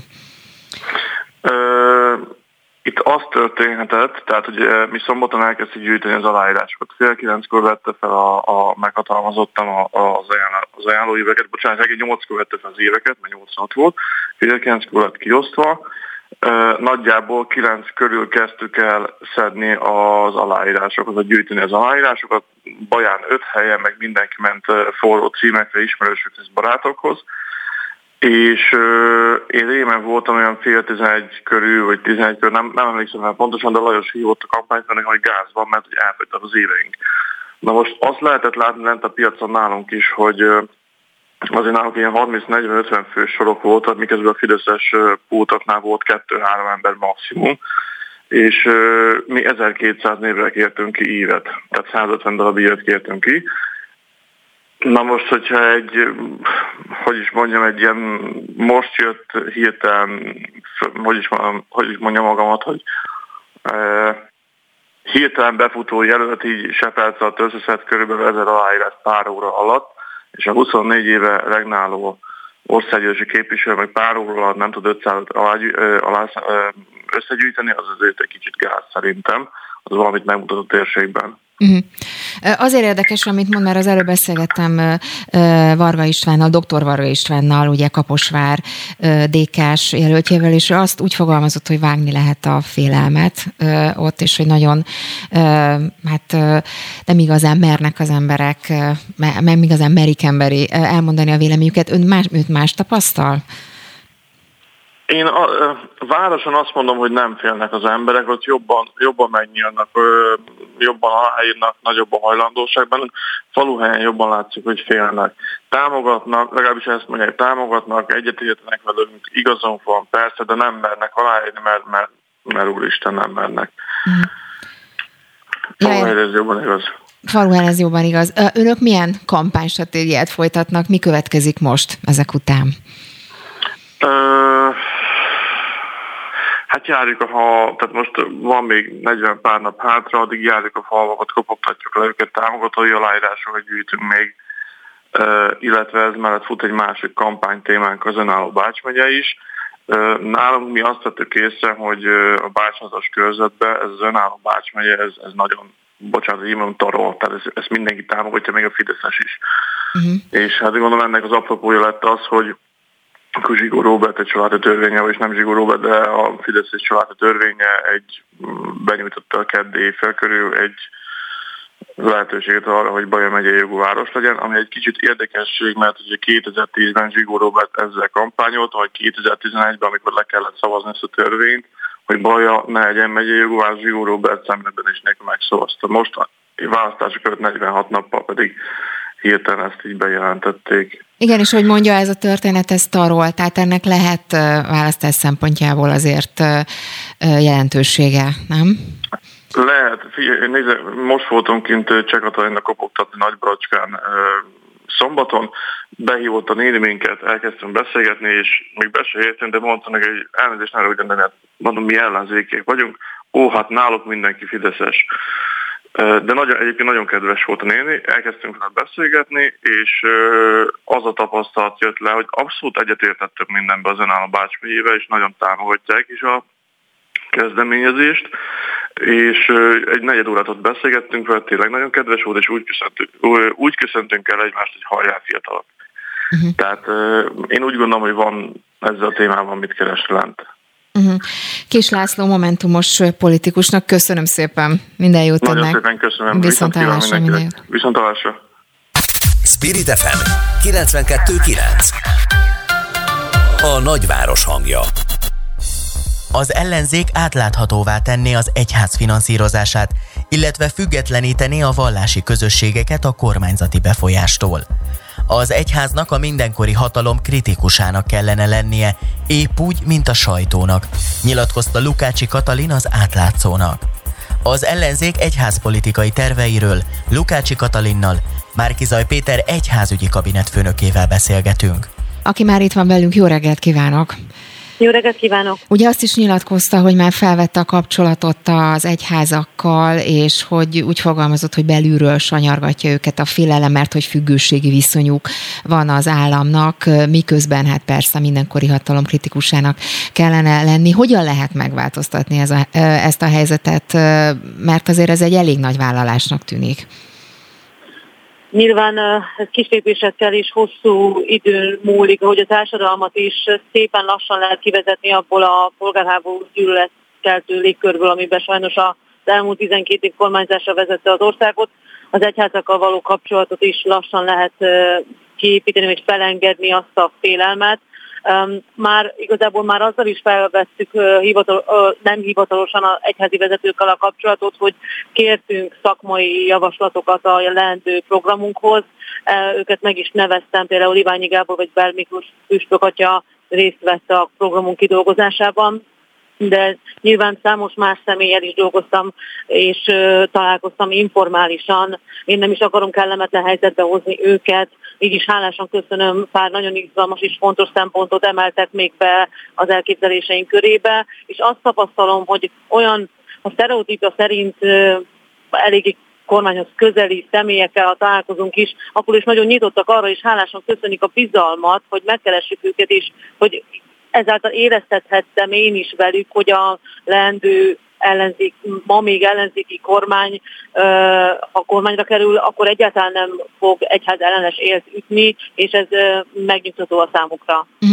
Itt az történhetett, tehát hogy mi szombaton elkezdtük gyűjteni az aláírásokat. 8:30 vette fel a meghatalmazottan az ajánlóíveket, bocsánat, 8-kor vette fel az éveket, mert 8 volt, 9-kor lett kiosztva. Nagyjából 9 körül kezdtük el szedni az aláírásokat, gyűjteni az aláírásokat. Baján 5 helyen, meg mindenki ment forró címekre, ismerősökhez, barátokhoz. És én rémen voltam olyan 10:30 körül, vagy 11 körül, nem emlékszem már pontosan, de Lajos hívott a kampányfőnök, hogy gáz van, mert hogy elfogytak az éveink. Na most azt lehetett látni lent a piacon nálunk is, hogy azért nálunk ilyen 30-40-50 fős sorok voltak, miközben a fideszes pultoknál volt 2-3 ember maximum, és mi 1200 névre kértünk ki ívet, tehát 150 darab ívet kértünk ki. Na most, hogyha egy ilyen most jött hirtelen, hogy mondjam magamat, hogy hirtelen befutó jelölt így sepelc alatt összeszed körülbelül 1000 aláírás pár óra alatt, és a 24 éve regnáló országgyűlési képviselő meg pár óra alatt nem tud 500 összegyűjteni, az azért egy kicsit gáz szerintem, az valamit megmutat a térségben. Azért érdekes, amit mond, mert az előbb beszélgettem Varga Istvánnal, dr. Varga Istvánnal, ugye Kaposvár DK-s jelöltjével, és azt úgy fogalmazott, hogy vágni lehet a félelmet ott, és hogy nagyon nem igazán mernek az emberek, nem igazán merik emberi elmondani a véleményüket. Őt más tapasztal? Én a városon azt mondom, hogy nem félnek az emberek, ott jobban megnyílnak, jobban aláírnak, nagyobb a hajlandóságban. Faluhelyen jobban látszik, hogy félnek. Támogatnak, legalábbis ezt mondják, támogatnak, egyetértenek velünk, igazunk van, persze, de nem mernek aláírni, mert úristen nem mernek. Faluhelyen ez jobban igaz. Faluhelyen ez jobban igaz. Önök milyen kampánystratégiát folytatnak? Mi következik most ezek után? Hát járjuk tehát most van még 40 pár nap hátra, addig járjuk a falvakat, kopogtatjuk le őket, támogatói aláírásokat gyűjtünk még, illetve ez mellett fut egy másik kampánytémánk, az önálló Bács megye is. Nálunk mi azt tettük észre, hogy a Bács-Nazas körzetben ez az önálló Bács megye, ez nagyon, bocsánat, így mondom, tarol, tehát ezt mindenki támogatja, még a Fideszes is. És hát gondolom ennek az apropója lett az, hogy akkor Zsigó Róbert egy családi törvénye, vagyis nem Zsigó Róbert, de a Fidesz egy családi törvénye benyújtotta a keddi évfél körül egy lehetőséget arra, hogy Baja megyei jogú város legyen, ami egy kicsit érdekesség, mert ugye 2010-ben Zsigó Róbert ezzel kampányolt, vagy 2011-ben, amikor le kellett szavazni ezt a törvényt, hogy Baja ne legyen megyei jogú város, Zsigó Róbert szemben is neki megszavazta. Most a választások előtt 46 nappal pedig hirtelen ezt így bejelentették. Igen, és hogy mondja, ez a történet, ez tarol, tehát ennek lehet választás szempontjából azért jelentősége, nem? Lehet. Nézd, most voltunk kint Cseh Katalinnak kopogtatni Nagybracskán szombaton, behívott a néni minket, elkezdtünk beszélgetni, és még be se értünk, de mondtam neki, hogy elnézést ne rögtön, de mondom, mi ellenzékiek vagyunk. Hát náluk mindenki fideszes. De egyébként nagyon kedves volt a néni, elkezdtünk vele beszélgetni, és az a tapasztalat jött le, hogy abszolút egyetértettük mindenbe az önálló Bács megyével, és nagyon támogatják is a kezdeményezést, és egy 4 órát ott beszélgettünk vele, tényleg nagyon kedves volt, és úgy köszöntünk el egymást, hogy hallják fiatalok. Tehát én úgy gondolom, hogy van ezzel a témában mit keresni lent. Kis László, momentumos politikusnak köszönöm szépen, minden jót önnek. Nagyon szépen köszönöm. Viszontlátásra, minden jót. Viszontlátásra. Spirit FM 92.9. A nagyváros hangja. Az ellenzék átláthatóvá tenné az egyház finanszírozását, illetve függetlenítené a vallási közösségeket a kormányzati befolyástól. Az egyháznak a mindenkori hatalom kritikusának kellene lennie, épp úgy, mint a sajtónak, nyilatkozta Lukácsi Katalin az Átlátszónak. Az ellenzék egyházpolitikai terveiről Lukácsi Katalinnal, Márki-Zay Péter egyházügyi kabinetfőnökével beszélgetünk. Aki már itt van velünk, jó reggelt kívánok! Jó reggelt kívánok! Ugye azt is nyilatkozta, hogy már felvette a kapcsolatot az egyházakkal, és hogy úgy fogalmazott, hogy belülről sanyargatja őket a félelem, mert hogy függőségi viszonyuk van az államnak, miközben hát persze mindenkori hatalom kritikusának kellene lenni. Hogyan lehet megváltoztatni ezt a helyzetet, mert azért ez egy elég nagy vállalásnak tűnik? Nyilván ez kis lépésekkel is hosszú időn múlik, ahogy a társadalmat is szépen lassan lehet kivezetni abból a polgárháború gyűlöletkeltő légkörből, amiben sajnos az elmúlt 12 év kormányzásra vezette az országot. Az egyházakkal való kapcsolatot is lassan lehet kiépíteni, vagy felengedni azt a félelmet. Igazából már azzal is felvettük nem hivatalosan az egyházi vezetőkkel a kapcsolatot, hogy kértünk szakmai javaslatokat a leendő programunkhoz. Őket meg is neveztem, például Iványi Gábor vagy Bell Miklós püspök atya részt vett a programunk kidolgozásában. De nyilván számos más személlyel is dolgoztam, és találkoztam informálisan. Én nem is akarom kellemetlen helyzetbe hozni őket, így is hálásan köszönöm, pár nagyon izgalmas és fontos szempontot emeltek még be az elképzeléseink körébe, és azt tapasztalom, hogy olyan a sztereotípia szerint eléggé kormányhoz közeli személyekkel, ha találkozunk is, akkor is nagyon nyitottak arra, és hálásan köszönik a bizalmat, hogy megkeressük őket is, hogy ezáltal éreztethettem én is velük, hogy a leendő ma még ellenzéki kormány, ha kormányra kerül, akkor egyáltalán nem fog egyház ellenes élt ütni, és ez megnyugtató a számukra.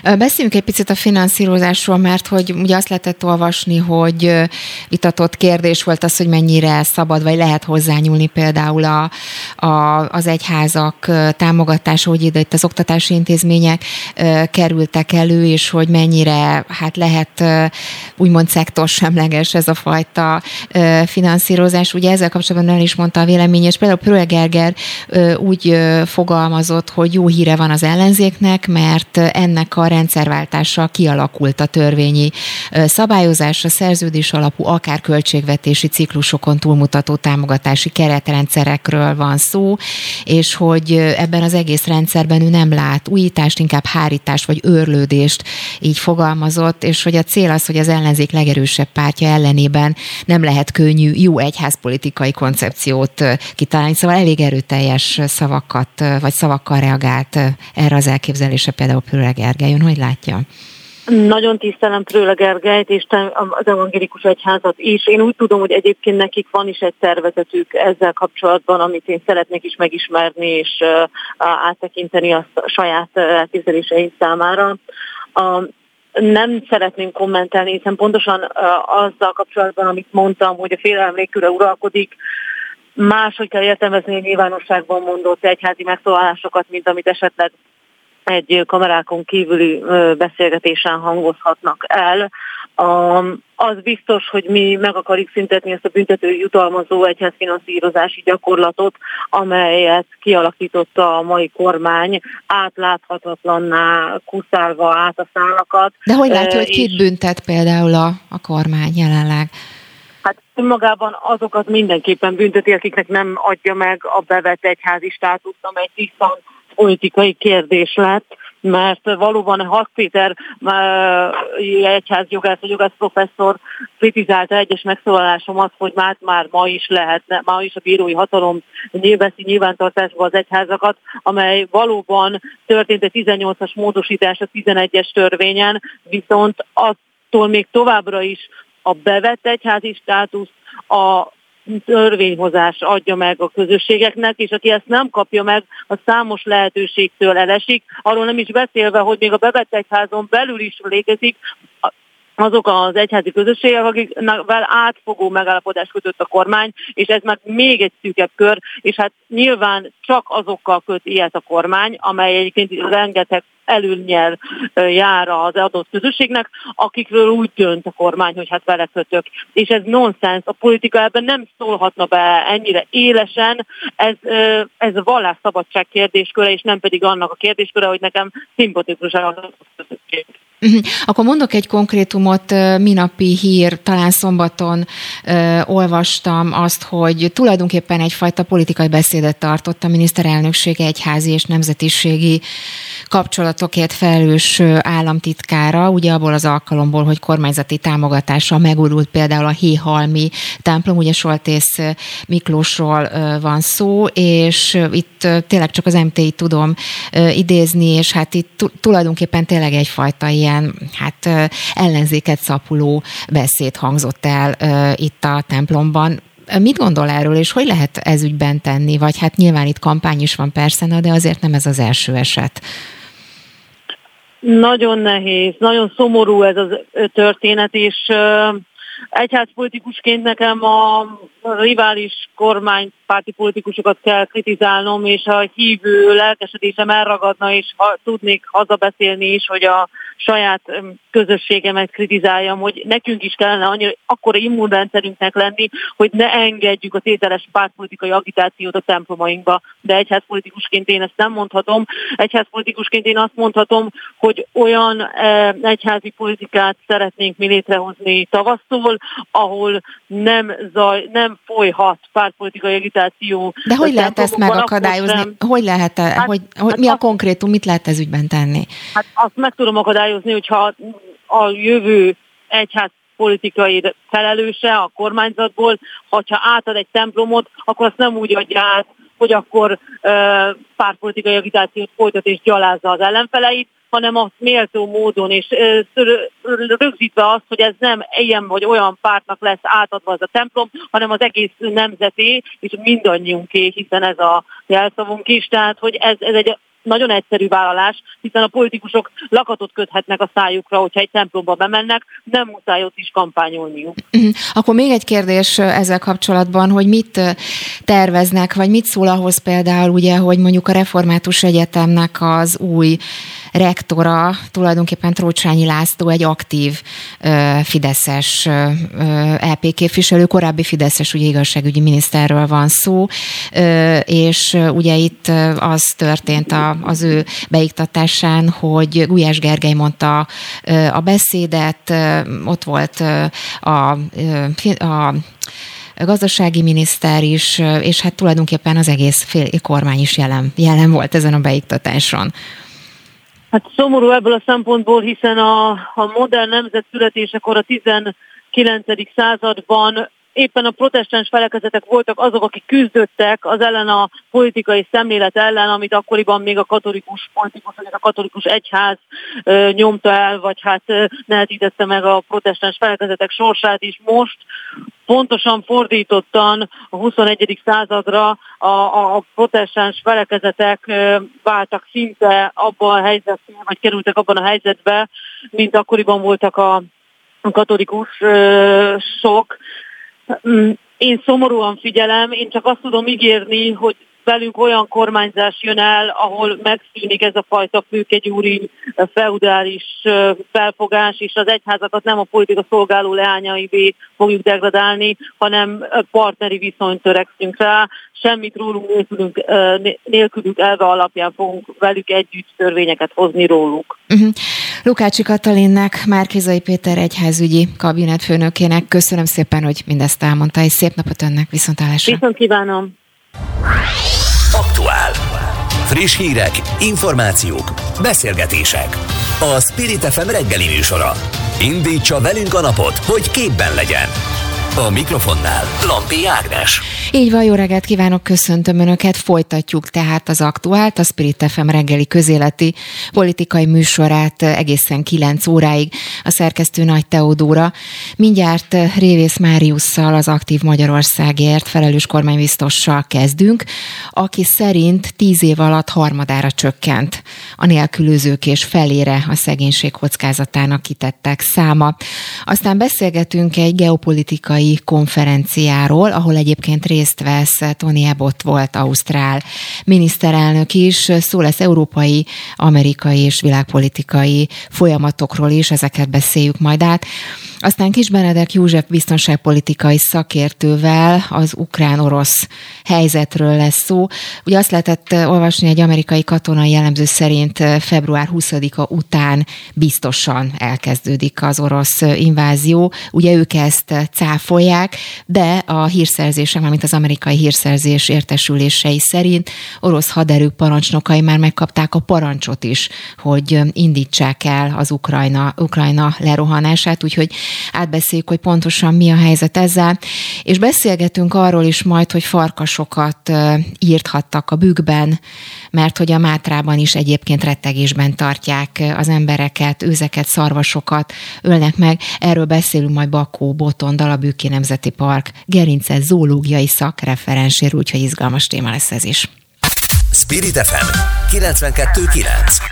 Beszéljünk egy picit a finanszírozásról, mert hogy ugye azt lehetett olvasni, hogy vitatott kérdés volt az, hogy mennyire szabad, vagy lehet hozzányúlni például az egyházak támogatása, hogy ide itt az oktatási intézmények kerültek elő, és hogy mennyire lehet úgymond szektorsemleges ez a fajta finanszírozás. Ugye ezzel kapcsolatban el is mondta a vélemény, és például Pröll Gergely úgy fogalmazott, hogy jó híre van az ellenzéknek, mert ennek a rendszerváltással kialakult a törvényi szabályozásra, szerződés alapú, akár költségvetési ciklusokon túlmutató támogatási keretrendszerekről van szó, és hogy ebben az egész rendszerben ő nem lát újítást, inkább hárítást vagy őrlődést, így fogalmazott, és hogy a cél az, hogy az ellenzék legerősebb pártja ellenében nem lehet könnyű, jó egyházpolitikai koncepciót kitalálni, szóval elég erőteljes szavakkal reagált erre az elképzelésre például Pröll Gergely. Hogy látja? Nagyon tisztelem Pröll Gergelyt és az evangélikus egyházat is. Én úgy tudom, hogy egyébként nekik van is egy tervezetük ezzel kapcsolatban, amit én szeretnék is megismerni és áttekinteni a saját elképzeléseim számára. Nem szeretném kommentelni, hiszen pontosan azzal kapcsolatban, amit mondtam, hogy a félelem légköre uralkodik, máshogy kell értelmezni a nyilvánosságban mondott egyházi megszólalásokat, mint amit esetleg egy kamerákon kívüli beszélgetésen hangozhatnak el. Az biztos, hogy mi meg akarjuk szüntetni ezt a büntető jutalmazó egyházfinanszírozási gyakorlatot, amelyet kialakította a mai kormány, átláthatatlanná kuszálva át a szálakat. De hogy látja, hogy kit büntet például a kormány jelenleg? Hát önmagában azokat mindenképpen bünteti, akiknek nem adja meg a bevett egyházi státuszt, amely tisztán politikai kérdés lett, mert valóban Hasz Péter egyházjogász, vagy jogász professzor kritizálta egyes megszólalásomat, hogy már ma is lehetne, ma is a bírói hatalom veszi nyilvántartásba az egyházakat, amely valóban történt egy 18-as módosítás a 11-es törvényen, viszont attól még továbbra is a bevett egyházi státusz a törvényhozás adja meg a közösségeknek, és aki ezt nem kapja meg, a számos lehetőségtől elesik. Arról nem is beszélve, hogy még a bevett egyházon belül is létezik azok az egyházi közösségek, akikvel átfogó megállapodást kötött a kormány, és ez már még egy szűkebb kör, és hát nyilván csak azokkal köt ilyet a kormány, amely egyébként rengeteg előnnyel jár az adott közösségnek, akikről úgy dönt a kormány, hogy hát vele kötök. És ez nonsens, a politika ebben nem szólhatna be ennyire élesen, ez a vallásszabadság kérdésköre, és nem pedig annak a kérdésköre, hogy nekem szimpatikus az közösség. Akkor mondok egy konkrétumot, minapi hír, talán szombaton olvastam azt, hogy tulajdonképpen egyfajta politikai beszédet tartott a miniszterelnökség egyházi és nemzetiségi kapcsolatokért felelős államtitkára, ugye abból az alkalomból, hogy kormányzati támogatással megújult például a Héhalmi templom, ugye Soltész Miklósról van szó, és itt tényleg csak az MT-t tudom idézni, és hát itt tulajdonképpen tényleg egyfajta ilyen ellenzéket szapuló beszéd hangzott el itt a templomban. Mit gondol erről, és hogy lehet ez ügyben tenni? Vagy hát nyilván itt kampány is van persze, de azért nem ez az első eset. Nagyon nehéz, nagyon szomorú ez a történet, és egyházpolitikusként nekem a rivális kormánypárti politikusokat kell kritizálnom, és a hívő lelkesedésem elragadna, és tudnék hazabeszélni is, hogy a saját közösségemet kritizáljam, hogy nekünk is kellene annyira akkora immunrendszerünknek lenni, hogy ne engedjük a tételes pártpolitikai agitációt a templomainkba. De egyházpolitikusként én ezt nem mondhatom. Egyházpolitikusként én azt mondhatom, hogy olyan egyházi politikát szeretnénk mi létrehozni tavasztól, ahol nem folyhat pártpolitikai agitáció. De hogy lehet ezt megakadályozni? Hogy lehet, mi a konkrétum, mit lehet ez ügyben tenni? Hát azt meg tudom akadályozni, hogyha a jövő egyházpolitikai felelőse a kormányzatból, hogyha átad egy templomot, akkor azt nem úgy adja át, hogy akkor pártpolitikai agitációt folytat és gyalázza az ellenfeleit, hanem azt méltó módon, és rögzítve azt, hogy ez nem ilyen vagy olyan pártnak lesz átadva az a templom, hanem az egész nemzeté, és mindannyiunké, hiszen ez a jelszavunk is, tehát hogy ez egy nagyon egyszerű vállalás, hiszen a politikusok lakatot köthetnek a szájukra, hogyha egy templomba bemennek, nem muszáj ott is kampányolniuk. Akkor még egy kérdés ezzel kapcsolatban, hogy mit terveznek, vagy mit szól ahhoz például, ugye, hogy mondjuk a Református Egyetemnek az új rektora, tulajdonképpen Trócsányi László egy aktív fideszes EP képviselő, korábbi fideszes ugye igazságügyi miniszterről van szó, és ugye itt az történt az ő beiktatásán, hogy Gulyás Gergely mondta a beszédet, ott volt a gazdasági miniszter is, és hát tulajdonképpen az egész kormány is jelen volt ezen a beiktatáson. Hát szomorú ebből a szempontból, hiszen a modern nemzet születésekor a 19. században éppen a protestáns felekezetek voltak azok, akik küzdöttek az ellen a politikai szemlélet ellen, amit akkoriban még a katolikus politikus, vagy a katolikus egyház nyomta el, vagy hát nehezítette meg a protestáns felekezetek sorsát is. Most pontosan fordítottan a 21. századra a protestáns felekezetek váltak szinte abban a helyzetben, vagy kerültek abban a helyzetbe, mint akkoriban voltak a katolikusok. Én szomorúan figyelem, én csak azt tudom ígérni, hogy velünk olyan kormányzás jön el, ahol megszűnik ez a fajta főkegyúri feudális felfogás, és az egyházakat nem a politika szolgáló leányaivé fogjuk degradálni, hanem partneri viszonyt törekszünk rá. Semmit rólunk nélkülük elve alapján fogunk velük együtt törvényeket hozni róluk. Lukácsi Katalinnak, Márki-Zay Péter egyházügyi kabinetfőnökének köszönöm szépen, hogy mindezt elmondta, és szép napot önnek, viszontlátásra. Viszont kívánom. Aktuál. Friss hírek, információk, beszélgetések. A Spirit FM reggeli műsora. Indítsa velünk a napot, hogy képben legyen. A mikrofonnál Lampi Ágnes. Így van, jó reggelt kívánok, köszöntöm Önöket. Folytatjuk tehát az Aktuált, a Spirit FM reggeli közéleti politikai műsorát egészen 9 óráig. A szerkesztő Nagy Teodóra. Mindjárt Révész Máriusszal, az Aktív Magyarországért felelős kormánybiztossal kezdünk, aki szerint 10 év alatt harmadára csökkent a nélkülözők és felére a szegénység kockázatának kitettek száma. Aztán beszélgetünk egy geopolitikai konferenciáról, ahol egyébként részt vesz Tony Abbott volt ausztrál miniszterelnök is. Szó lesz európai, amerikai és világpolitikai folyamatokról is, ezeket beszéljük majd át. Aztán Kis Benedek József biztonságpolitikai szakértővel az ukrán-orosz helyzetről lesz szó. Ugye azt lehetett olvasni, egy amerikai katonai jellemző szerint február 20-a után biztosan elkezdődik az orosz invázió. Ugye ők ezt cáfolják, de a hírszerzések, mármint az amerikai hírszerzés értesülései szerint orosz haderők parancsnokai már megkapták a parancsot is, hogy indítsák el az Ukrajna lerohanását, úgyhogy átbeszéljük, hogy pontosan mi a helyzet ezzel, és beszélgetünk arról is majd, hogy farkasokat írthattak a bükkben, mert hogy a Mátrában is egyébként rettegésben tartják az embereket, őzeket, szarvasokat ölnek meg. Erről beszélünk majd Bakó Botond, a Bükki Nemzeti Park gerinces zoológiai szakreferenséről, úgyhogy izgalmas téma lesz ez is. Spirit FM 92.9.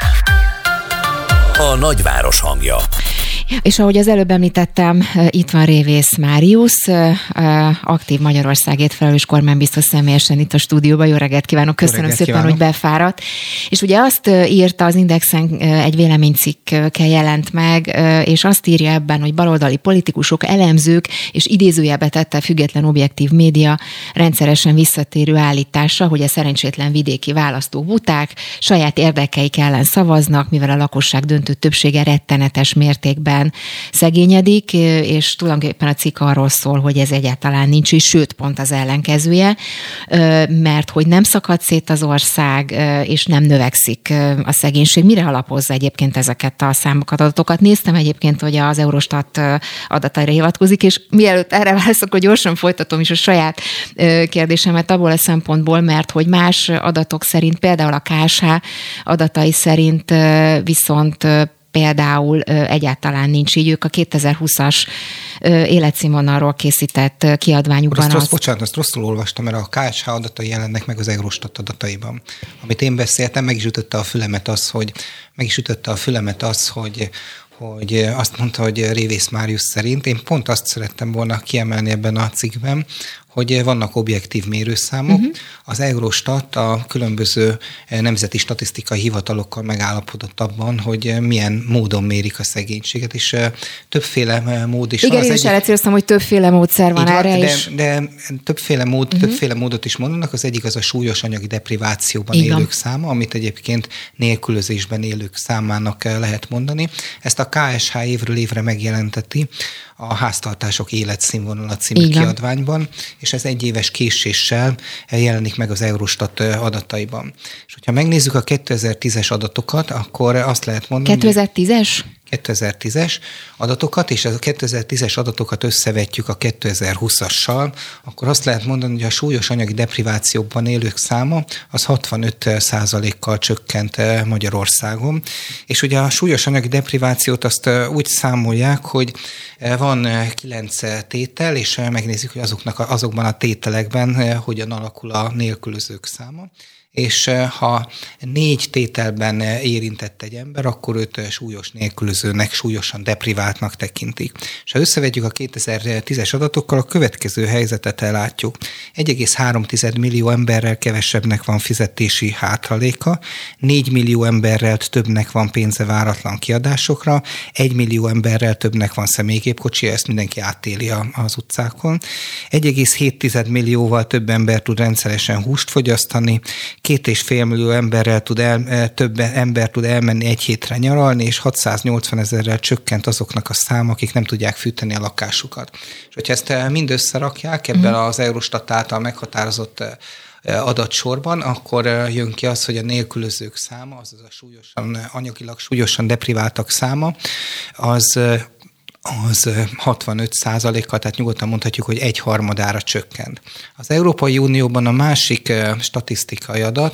A nagyváros hangja. És ahogy az előbb említettem, itt van Révész Máriusz, Aktív Magyarországért felelős kormánybiztos személyesen itt a stúdióban. Jó reggelt kívánok, köszönöm szépen, hogy befáradt. És ugye azt írta az Indexen, egy véleménycikkkel jelent meg, és azt írja ebben, hogy baloldali politikusok, elemzők és idézőjelbe tette független objektív média rendszeresen visszatérő állítása, hogy a szerencsétlen vidéki választók buták, saját érdekeik ellen szavaznak, mivel a lakosság döntő többsége rettenetes mértékben szegényedik, és tulajdonképpen a cikk arról szól, hogy ez egyáltalán nincs is, sőt, pont az ellenkezője, mert hogy nem szakad szét az ország, és nem növekszik a szegénység. Mire alapozza egyébként ezeket a számokat, adatokat? Néztem egyébként, hogy az Eurostat adataira hivatkozik, és mielőtt erre válaszolok, hogy gyorsan folytatom is a saját kérdésemet abból a szempontból, mert hogy más adatok szerint, például a KSH adatai szerint viszont például egyáltalán nincs így. Ők a 2020-as életszínvonalról készített kiadványukban. Azt rosszul olvastam, mert a KSH adatai jelennek meg az Eurostat adataiban. Amit én beszéltem, meg is ütötte a fülemet az, hogy azt mondta, hogy Révész Máriusz szerint. Én pont azt szerettem volna kiemelni ebben a cikkben, hogy vannak objektív mérőszámok. Az Eurostat a különböző nemzeti statisztikai hivatalokkal megállapodott abban, hogy milyen módon mérik a szegénységet, és többféle mód is van. Igen, én is elcéloztam, hogy többféle módszer van erre is. De többféle módot is mondanak. Az egyik az a súlyos anyagi deprivációban élők száma, amit egyébként nélkülözésben élők számának lehet mondani. Ezt a KSH évről évre megjelenteti a Háztartások életszínvonala című kiadványban, és ez egyéves késéssel jelenik meg az Eurostat adataiban. És hogyha megnézzük a 2010-es adatokat, akkor azt lehet mondani... 2010-es adatokat, és a 2010-es adatokat összevetjük a 2020-assal, akkor azt lehet mondani, hogy a súlyos anyagi deprivációban élők száma az 65%-kal csökkent Magyarországon. És ugye a súlyos anyagi deprivációt azt úgy számolják, hogy van 9 tétel, és megnézzük, hogy azokban a tételekben hogyan alakul a nélkülözők száma. És ha 4 tételben érintett egy ember, akkor őt súlyos nélkülözőnek, súlyosan depriváltnak tekintik. És ha összevetjük a 2010-es adatokkal, a következő helyzetet látjuk. 1,3 millió emberrel kevesebbnek van fizetési hátraléka, 4 millió emberrel többnek van pénze váratlan kiadásokra, 1 millió emberrel többnek van személygépkocsia, ezt mindenki átéli az utcákon, 1,7 millióval több ember tud rendszeresen húst fogyasztani, 2,5 millió emberrel több ember tud elmenni egy hétre nyaralni, és 680 000-rel csökkent azoknak a száma, akik nem tudják fűteni a lakásukat. És hogyha ezt mind összerakják ebben az Eurostat által meghatározott adatsorban, akkor jön ki az, hogy a nélkülözők száma, azaz a anyagilag súlyosan depriváltak száma, az 65%-kal, tehát nyugodtan mondhatjuk, hogy 1/3 csökkent. Az Európai Unióban a másik statisztikai adat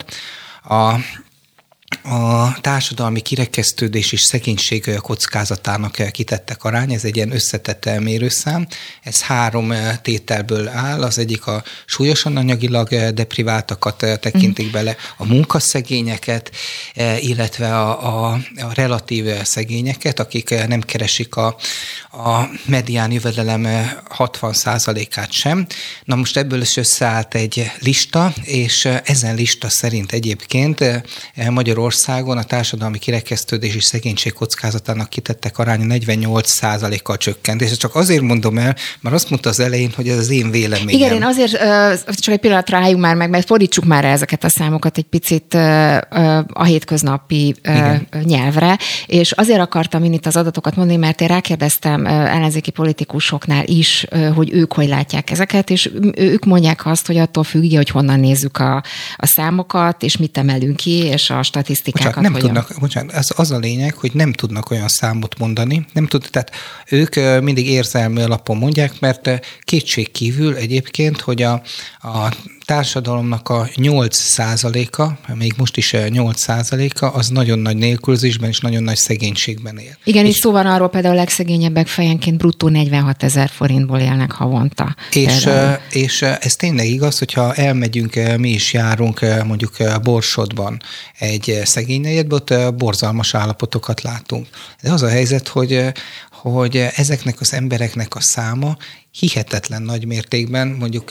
a társadalmi kirekesztődés és szegénység kockázatának kitettek arány, ez egy ilyen összetett mérőszám, ez 3 tételből áll, az egyik a súlyosan anyagilag depriváltakat tekintik bele, a munkaszegényeket, illetve a relatív szegényeket, akik nem keresik a medián jövedelem 60%-át sem. Na most ebből is összeállt egy lista, és ezen lista szerint egyébként Magyarországon a társadalmi kirekesztődés és szegénység kockázatának kitettek aránya 48%-kal csökkent. És csak azért mondom el, mert azt mondta az elején, hogy ez az én véleményem. Igen, én azért csak egy pillanatra álljunk már meg, mert fordítsuk már ezeket a számokat egy picit a hétköznapi nyelvre, és azért akartam én itt az adatokat mondani, mert én rákérdeztem ellenzéki politikusoknál is, hogy ők hogy látják ezeket, és ők mondják azt, hogy attól függ, hogy honnan nézzük a számokat, és mit emelünk ki, és a statisztikákat. Az a lényeg, hogy nem tudnak olyan számot mondani, tehát ők mindig érzelmi alapon mondják, mert kétségkívül egyébként, hogy a társadalomnak a 8%-a, még most is 8%-a, az nagyon nagy nélkülözésben és nagyon nagy szegénységben él. Igen, és szó van arról például a legszegényebbek fejenként bruttó 46 000 forintból élnek havonta. És ez tényleg igaz, hogyha elmegyünk, mi is járunk mondjuk Borsodban egy szegény negyedbe, ott borzalmas állapotokat látunk. De az a helyzet, hogy ezeknek az embereknek a száma hihetetlen nagy mértékben, mondjuk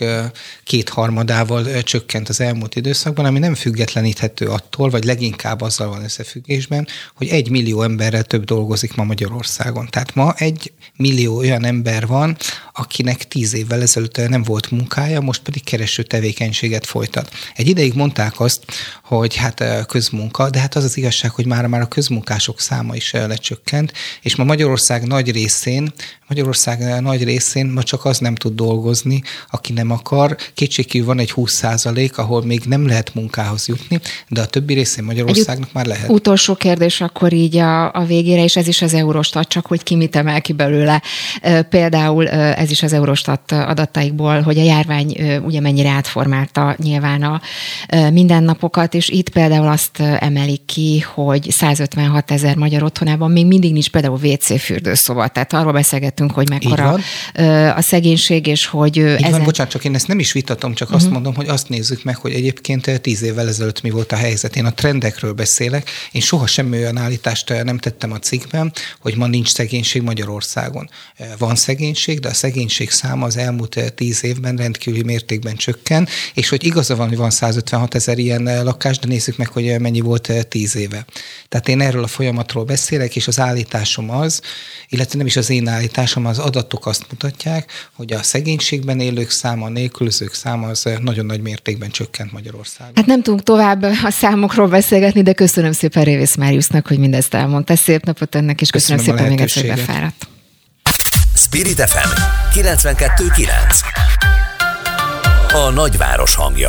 2/3 csökkent az elmúlt időszakban, ami nem függetleníthető attól, vagy leginkább azzal van összefüggésben, hogy 1 millió emberrel több dolgozik ma Magyarországon. Tehát ma 1 millió olyan ember van, akinek 10 évvel ezelőtt nem volt munkája, most pedig kereső tevékenységet folytat. Egy ideig mondták azt, hogy hát közmunka, de hát az az igazság, hogy már a közmunkások száma is lecsökkent, és ma Magyarország nagy részén ma csak az nem tud dolgozni, aki nem akar. Kétségkívül van egy 20%, ahol még nem lehet munkához jutni, de a többi részén Magyarországnak már lehet. Utolsó kérdés akkor így a végére, és ez is az Eurostat, csak hogy ki mit emel ki belőle. Például ez ez is az Eurostat adataikból, hogy a járvány ugye mennyire átformálta nyilván a mindennapokat, és itt például azt emelik ki, hogy 156 000 magyar otthonában még mindig nincs például WC fürdőszoba. Tehát arról beszélgettünk, hogy mekkora a szegénység, és hogy ezen... Bocsánat, csak én ezt nem is vitatom, csak azt mondom, hogy azt nézzük meg, hogy egyébként 10 évvel ezelőtt mi volt a helyzet. Én a trendekről beszélek, én soha semmi olyan állítást nem tettem a cikkben, hogy ma nincs szegénység Magyarországon. Van szegénység, de a szegénység száma az elmúlt 10 évben rendkívüli mértékben csökken, és hogy igaza van, hogy van 156 000 ilyen lakás, de nézzük meg, hogy mennyi volt 10 éve. Tehát én erről a folyamatról beszélek, és az állításom az, illetve nem is az én állításom, az adatok azt mutatják, hogy a szegénységben élők száma, a nélkülözők száma az nagyon nagy mértékben csökkent Magyarországon. Hát nem tudunk tovább a számokról beszélgetni, de köszönöm szépen Révész Máriusznak, hogy mindezt elmondta. Szép napot önnek, és köszönöm szépen még egyszer, hogy befáradt. Spirit FM 92.9. A nagyváros hangja.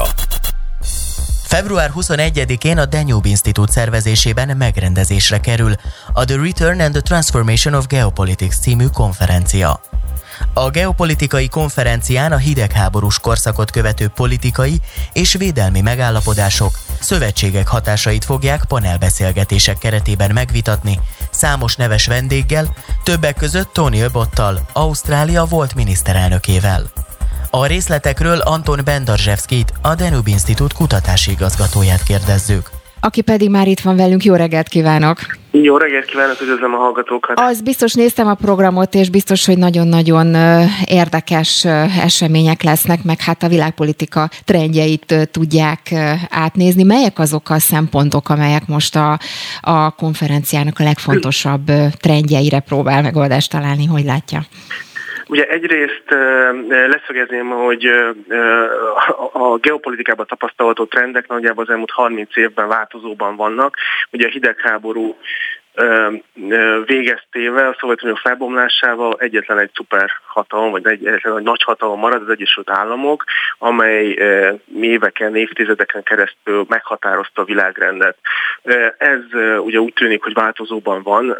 Február 21-én a Danube Institute szervezésében megrendezésre kerül a The Return and the Transformation of Geopolitics című konferencia. A geopolitikai konferencián a hidegháborús korszakot követő politikai és védelmi megállapodások, szövetségek hatásait fogják panelbeszélgetések keretében megvitatni, számos neves vendéggel, többek között Tony Abbottal, Ausztrália volt miniszterelnökével. A részletekről Anton Bendarzsevszkit, a Danube Institute kutatási igazgatóját kérdezzük. Aki pedig már itt van velünk, jó reggelt kívánok! Jó reggelt kívánok, üdvözlöm a hallgatókat! Az biztos néztem a programot, és biztos, hogy nagyon-nagyon érdekes események lesznek, meg hát a világpolitika trendjeit tudják átnézni. Melyek azok a szempontok, amelyek most a konferenciának a legfontosabb trendjeire próbál megoldást találni? Hogy látja? Ugye egyrészt leszögezném, hogy a geopolitikában tapasztalható trendek nagyjából az elmúlt 30 évben változóban vannak. Ugye a hidegháború végeztével, a Szovjetunió felbomlásával egyetlen egy szuperhatalom, vagy egyetlen egy nagyhatalom marad, az Egyesült Államok, amely éveken, évtizedeken keresztül meghatározta a világrendet. Ez ugye úgy tűnik, hogy változóban van,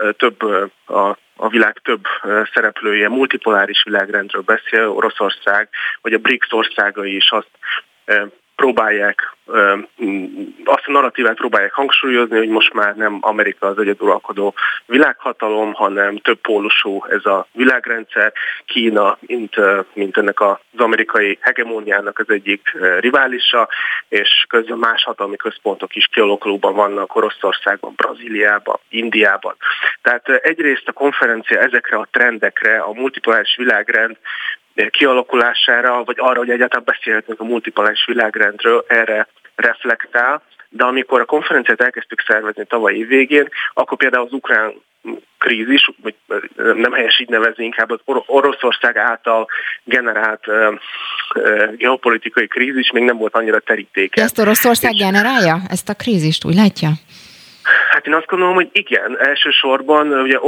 a világ több szereplője multipoláris világrendről beszél, Oroszország, vagy a BRICS országai is azt próbálják, azt a narratívát próbálják hangsúlyozni, hogy most már nem Amerika az egyeduralkodó világhatalom, hanem több pólusú ez a világrendszer. Kína, mint ennek az amerikai hegemóniának az egyik riválisa, és közben más hatalmi központok is kialakulóban vannak Oroszországban, Brazíliában, Indiában. Tehát egyrészt a konferencia ezekre a trendekre, a multipoláris világrend kialakulására, vagy arra, hogy egyáltalán beszélhetünk a multipoláris világrendről, erre reflektál, de amikor a konferenciát elkezdtük szervezni tavaly év végén, akkor például az ukrán krízis, vagy nem helyes így nevezni, inkább az Oroszország által generált geopolitikai krízis még nem volt annyira terítéken. Ezt Oroszország generálja? Ezt a krízist úgy látja? Hát én azt gondolom, hogy igen, elsősorban ugye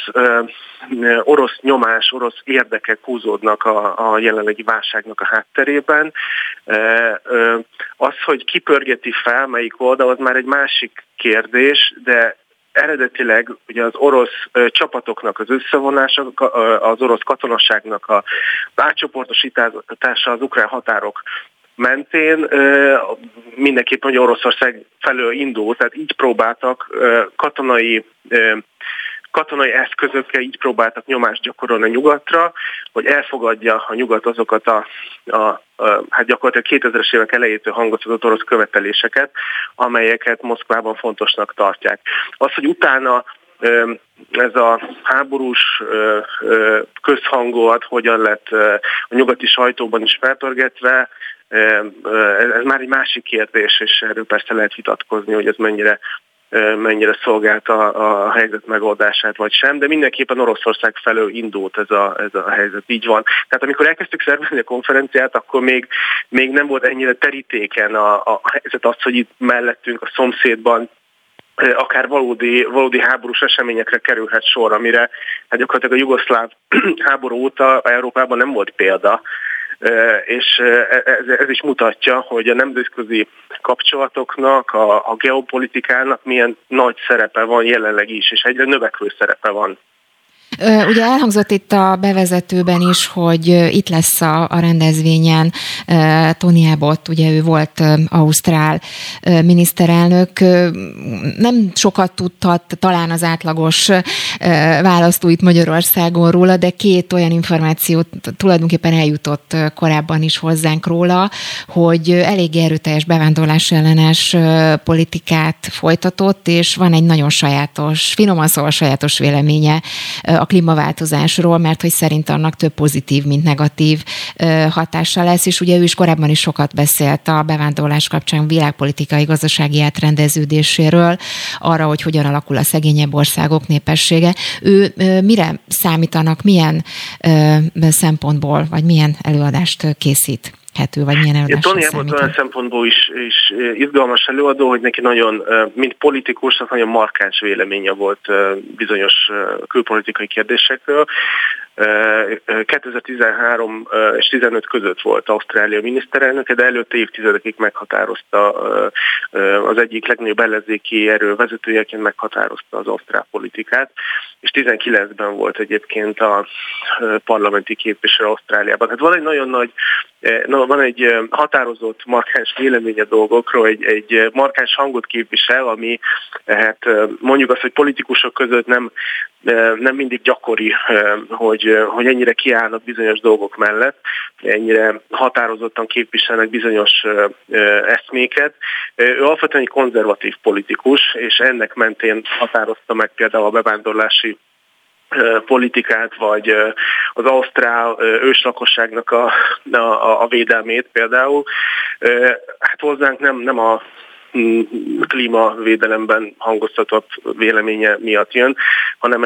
orosz nyomás, orosz érdekek húzódnak a jelenlegi válságnak a hátterében. Az, hogy kipörgeti fel melyik oldal, az már egy másik kérdés, de eredetileg ugye az orosz csapatoknak az összevonása, az orosz katonasságnak az átcsoportosítása az ukrán határok mentén mindenképpen, hogy Oroszország felől indult, tehát így próbáltak katonai eszközökkel, így próbáltak nyomást gyakorolni a nyugatra, hogy elfogadja a nyugat azokat hát gyakorlatilag 2000-es évek elejétől hangoztatott orosz követeléseket, amelyeket Moszkvában fontosnak tartják. Az, hogy utána ez a háborús közhangulat hogyan lett a nyugati sajtóban is felpörgetve, ez már egy másik kérdés, és erről persze lehet vitatkozni, hogy ez mennyire szolgálta a helyzet megoldását, vagy sem, de mindenképpen Oroszország felől indult ez a helyzet, így van. Tehát amikor elkezdtük szervezni a konferenciát, akkor még nem volt ennyire terítéken a helyzet, az, hogy itt mellettünk a szomszédban akár valódi háborús eseményekre kerülhet sor, amire hát gyakorlatilag a jugoszláv háború óta Európában nem volt példa. És ez is mutatja, hogy a nemzetközi kapcsolatoknak, a geopolitikának milyen nagy szerepe van jelenleg is, és egyre növekvő szerepe van. Ugye elhangzott itt a bevezetőben is, hogy itt lesz a rendezvényen Tony Abbott, ugye ő volt ausztrál miniszterelnök. Nem sokat tudhat talán az átlagos választó itt Magyarországon róla, de 2 olyan információt tulajdonképpen eljutott korábban is hozzánk róla, hogy elég erőteljes bevándorlás ellenes politikát folytatott, és van egy nagyon sajátos, finoman szóval sajátos véleménye a klímaváltozásról, mert hogy szerint annak több pozitív, mint negatív hatása lesz, és ugye ő is korábban is sokat beszélt a bevándorlás kapcsán világpolitikai, gazdasági átrendeződéséről, arra, hogy hogyan alakul a szegényebb országok népessége. Ő mire számítanak, milyen szempontból, vagy milyen előadást készít? Vagy milyen előadásra Tony Abbott olyan szempontból is izgalmas előadó, hogy neki nagyon, mint politikusnak nagyon markáns véleménye volt bizonyos külpolitikai kérdésekről. 2013 és 15 között volt Ausztrália miniszterelnöke, de előtte évtizedekig meghatározta az egyik legnagyobb ellenzéki erő vezetőjeként meghatározta az ausztrál politikát, és 19-ben volt egyébként a parlamenti képviselő Ausztráliában. Hát van egy nagyon van egy határozott, markáns véleménye dolgokról, egy markáns hangot képvisel, ami hát mondjuk azt, hogy politikusok között nem mindig gyakori, hogy ennyire kiállnak bizonyos dolgok mellett, ennyire határozottan képviselnek bizonyos eszméket. Ő alapvetően egy konzervatív politikus, és ennek mentén határozta meg például a bevándorlási politikát, vagy az ausztrál őslakosságnak a védelmét például. Hát hozzánk nem a klímavédelemben hangoztatott véleménye miatt jön, hanem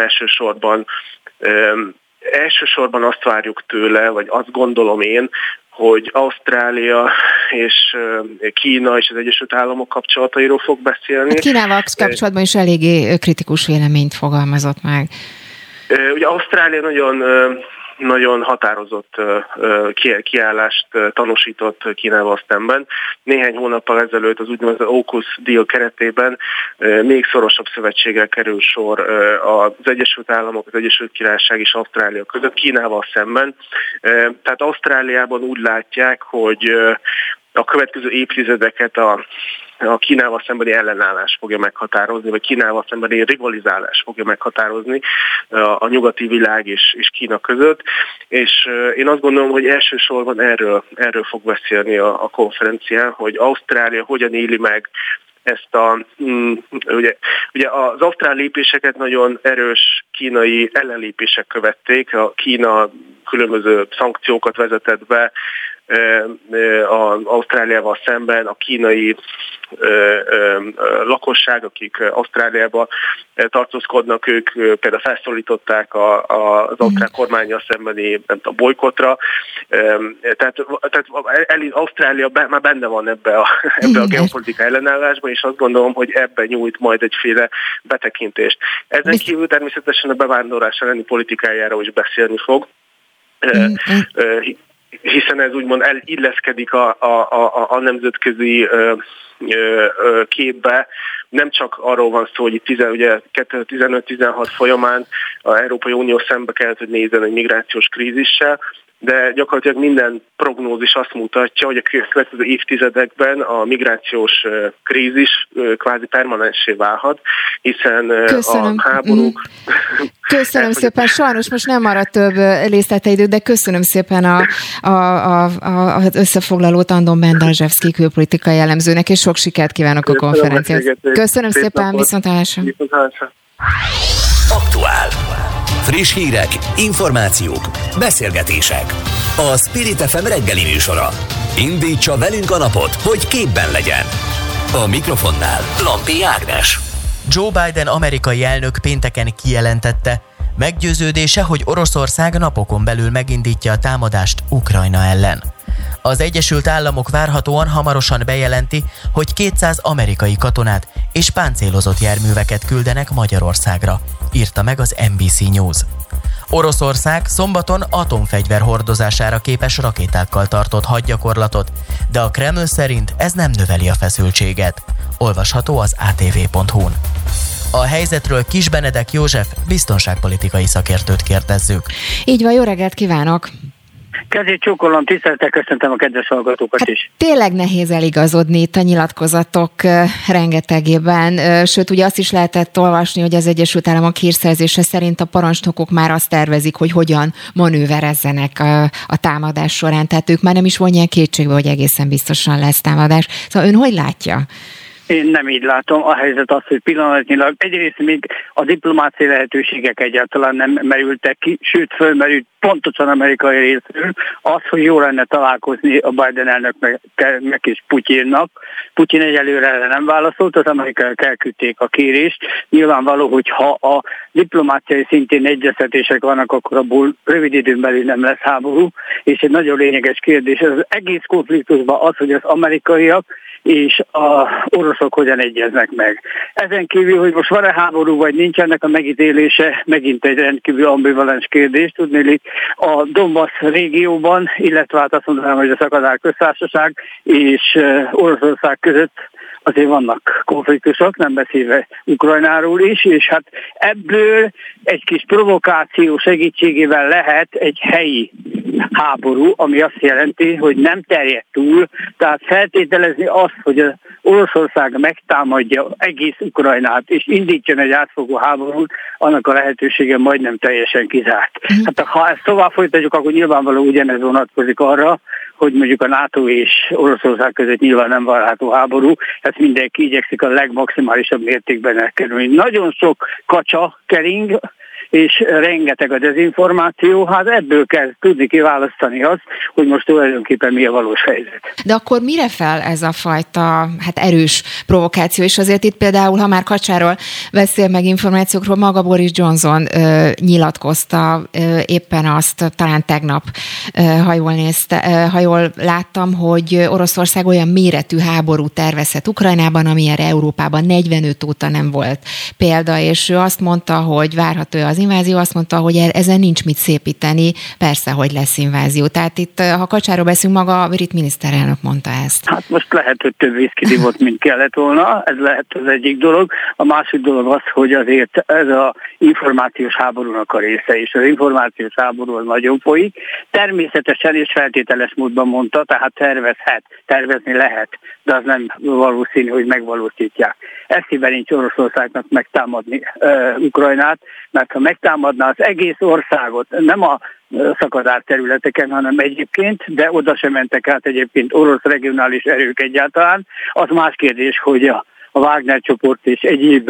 elsősorban azt várjuk tőle, vagy azt gondolom én, hogy Ausztrália és Kína és az Egyesült Államok kapcsolatairól fog beszélni. Kínával kapcsolatban is eléggé kritikus véleményt fogalmazott meg. Ugye Ausztrália nagyon határozott kiállást tanúsított Kínával szemben. Néhány hónappal ezelőtt az úgynevezett AUKUS deal keretében még szorosabb szövetséggel kerül sor az Egyesült Államok, az Egyesült Királyság és Ausztrália között Kínával szemben. Tehát Ausztráliában úgy látják, hogy a következő évtizedeket a Kínával szembeni ellenállás fogja meghatározni, vagy Kínával szembeni rivalizálás fogja meghatározni a nyugati világ és Kína között. És én azt gondolom, hogy elsősorban erről fog beszélni a konferencián, hogy Ausztrália hogyan éli meg ezt ugye az ausztrál lépéseket nagyon erős kínai ellenlépések követték. A Kína különböző szankciókat vezetett be az Ausztráliával szemben, a kínai lakosság, akik Ausztráliába tartózkodnak, ők például felszólították az ausztrál kormánnyal szembeni a bolykottra. Tehát Ausztrália már benne van ebbe a geopolitikai ellenállásban, és azt gondolom, hogy ebben nyújt majd egyféle betekintést. Ezen kívül természetesen a bevándorlás elleni politikájáról is beszélni fog, hiszen ez úgymond illeszkedik a nemzetközi képbe. Nem csak arról van szó, hogy itt 2015-16 folyamán az Európai Unió szembe kellett, hogy nézzen egy migrációs krízissel, de gyakorlatilag minden prognózis azt mutatja, hogy a következő évtizedekben a migrációs krízis kvázi permanenssé válhat, hiszen köszönöm. A háborúk... Köszönöm szépen, sajnos most nem maradt több részleteidő, de köszönöm szépen az összefoglalót Andon Bendalzsevszky külpolitikai elemzőnek, és sok sikert kívánok a konferenciához. Köszönöm szépen, viszontlátásra. Aktuál. Friss hírek, információk, beszélgetések. A Spirit FM reggeli műsora. Indítsa velünk a napot, hogy képben legyen. A mikrofonnál Lampi Ágnes. Joe Biden amerikai elnök pénteken kijelentette, meggyőződése, hogy Oroszország napokon belül megindítja a támadást Ukrajna ellen. Az Egyesült Államok várhatóan hamarosan bejelenti, hogy 200 amerikai katonát és páncélozott járműveket küldenek Magyarországra, írta meg az NBC News. Oroszország szombaton atomfegyver hordozására képes rakétákkal tartott hadgyakorlatot, de a Kreml szerint ez nem növeli a feszültséget. Olvasható az atv.hu-n. A helyzetről Kis Benedek József biztonságpolitikai szakértőt kérdezzük. Így van, jó reggelt kívánok! Kezét csókolom, tisztelettel köszöntöm a kedves hallgatókat is. Tényleg nehéz eligazodni itt a nyilatkozatok rengetegében, sőt ugye azt is lehetett olvasni, hogy az Egyesült Államok hírszerzése szerint a parancsnokok már azt tervezik, hogy hogyan manőverezzenek a támadás során, tehát ők már nem is vonják kétségbe, hogy egészen biztosan lesz támadás. Szóval ön hogy látja? Én nem így látom. A helyzet az, hogy pillanatnyilag egyrészt még a diplomáciai lehetőségek egyáltalán nem merültek ki, sőt fölmerült pontosan amerikai részről az, hogy jó lenne találkozni a Biden elnöknek és Putyinnak. Putyin egyelőre erre nem válaszolt, az amerikaiak elküldték a kérést. Nyilvánvaló, hogy ha a diplomáciai szintén egyeztetések vannak, akkor abból rövid időn belül nem lesz háború, és egy nagyon lényeges kérdés az egész konfliktusban az, hogy az amerikaiak és az oroszok hogyan egyeznek meg. Ezen kívül, hogy most van-e háború, vagy nincs, ennek a megítélése megint egy rendkívül ambivalens kérdés. Tudnélik, a Donbass régióban, illetve hát azt mondanám, hogy a Szakadár köztársaság és Oroszország között azért vannak konfliktusok, nem beszélve Ukrajnáról is, és hát ebből egy kis provokáció segítségével lehet egy helyi háború, ami azt jelenti, hogy nem terjed túl, tehát feltételezni azt, hogy az Oroszország megtámadja egész Ukrajnát, és indítson egy átfogó háborút, annak a lehetősége majdnem teljesen kizárt. Hát ha ezt tovább folytatjuk, akkor nyilvánvaló ugyanez vonatkozik arra, hogy mondjuk a NATO és Oroszország között nyilván nem várható háború, ezt mindenki igyekszik a legmaximálisabb mértékben elkerülni. Nagyon sok kacsa kering, és rengeteg a dezinformáció, hát ebből kell tudni kiválasztani azt, hogy most tulajdonképpen mi a valós helyzet. De akkor mire fel ez a fajta erős provokáció? És azért itt például, ha már kacsáról beszél meg információkról, maga Boris Johnson nyilatkozta éppen azt, talán tegnap, ha jól láttam, hogy Oroszország olyan méretű háború tervezhet Ukrajnában, amilyenre Európában 45 óta nem volt példa, és ő azt mondta, hogy várható az invázió, azt mondta, hogy ezen nincs mit szépíteni, persze, hogy lesz invázió. Tehát itt, ha kacsáról beszélünk, maga a brit miniszterelnök mondta ezt. Hát most lehet, hogy több viszkit ivott, mint kellett volna, ez lehet az egyik dolog. A másik dolog az, hogy azért ez az információs háborúnak a része, és az információs háború az nagyon folyik. Természetesen és feltételes módban mondta, tehát tervezni lehet, de az nem valószínű, hogy megvalósítják. Eszében nincs Oroszországnak megtámadni Ukrajnát, mert ha megtámadná az egész országot, nem a Szakadár területeken, hanem egyébként, de oda sem mentek át egyébként orosz regionális erők egyáltalán. Az más kérdés, hogy a Wagner csoport és egyéb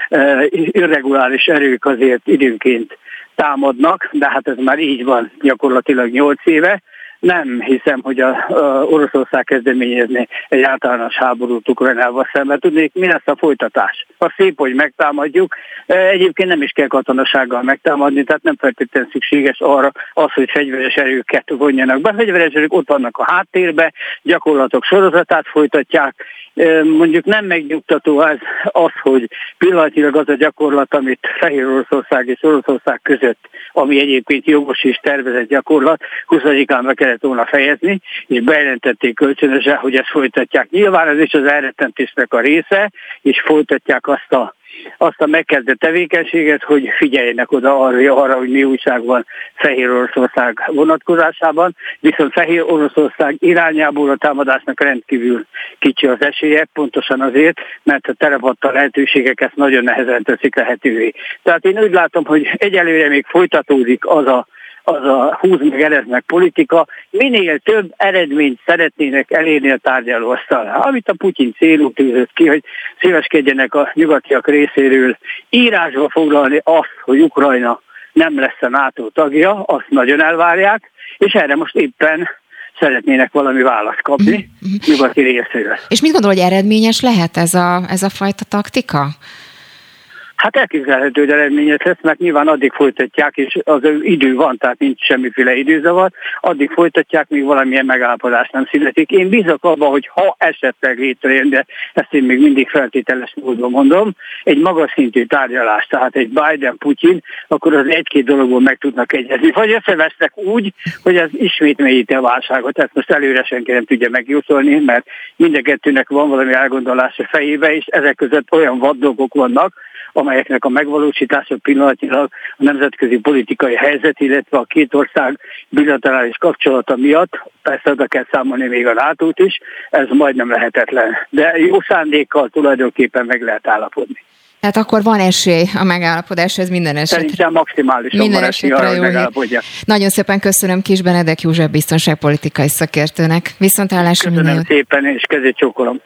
irreguláris erők azért időnként támadnak, de hát ez már így van gyakorlatilag 8 éve. Nem hiszem, hogy a Oroszország kezdeményezni egy általános háborút Ukrajnával szemben. Tudnék, mi lesz a folytatás? Az szép, hogy megtámadjuk. Egyébként nem is kell katonasággal megtámadni, tehát nem feltétlenül szükséges arra az, hogy fegyveres erőket vonjanak be. Fegyveres erők ott vannak a háttérben, gyakorlatok sorozatát folytatják. Mondjuk nem megnyugtató az, hogy pillanatilag az a gyakorlat, amit Fehér Oroszország és Oroszország között, ami egyébként jogos és tervezett gyakorlat, 20-án be kellett volna fejezni, és bejelentették kölcsönösen, hogy ezt folytatják. Nyilván ez is az elrettentésnek a része, és folytatják azt a megkezdett tevékenységet, hogy figyeljenek oda arra, hogy mi újság van Fehér Oroszország vonatkozásában, viszont Fehér Oroszország irányából a támadásnak rendkívül kicsi az esélye, pontosan azért, mert a terepadta lehetőségek ezt nagyon nehezen teszik lehetővé. Tehát én úgy látom, hogy egyelőre még folytatódik az a húz meg erez meg politika, minél több eredményt szeretnének elérni a tárgyalóasztalnál. Amit a Putyin célú tűzött ki, hogy szíveskedjenek a nyugatiak részéről írásba foglalni azt, hogy Ukrajna nem lesz a NATO tagja, azt nagyon elvárják, és erre most éppen szeretnének valami választ kapni nyugati részéről. És mit gondol, hogy eredményes lehet ez a fajta taktika? Hát elképzelhető, hogy eredményes lesz, mert nyilván addig folytatják, és az idő van, tehát nincs semmiféle időzavar, addig folytatják, míg valamilyen megállapodás nem születik. Én bízok abban, hogy ha esetleg létrejön, de ezt én még mindig feltételes módon mondom, egy magas szintű tárgyalás, tehát egy Biden-Putyin, akkor az egy-két dologból meg tudnak egyezni. Vagy összevesznek úgy, hogy ez ismét mélyíti a válságot. Ezt most előre senki nem tudja megjósolni, mert mind a kettőnek van valami elgondolás a fejébe, és ezek között olyan vad dolgok vannak, amelyeknek a megvalósítása pillanatilag a nemzetközi politikai helyzet, illetve a két ország bilaterális kapcsolata miatt, persze oda kell számolni még a NATO-t is, ez majdnem lehetetlen. De jó szándékkal tulajdonképpen meg lehet állapodni. Tehát akkor van esély a megállapodásra, ez minden esetre. Szerintem maximálisan minden van esély arra, hogy megállapodják. Nagyon szépen köszönöm Kiss Benedek József biztonságpolitikai szakértőnek. Viszonthallásra köszönöm szépen, és kezét csókolom.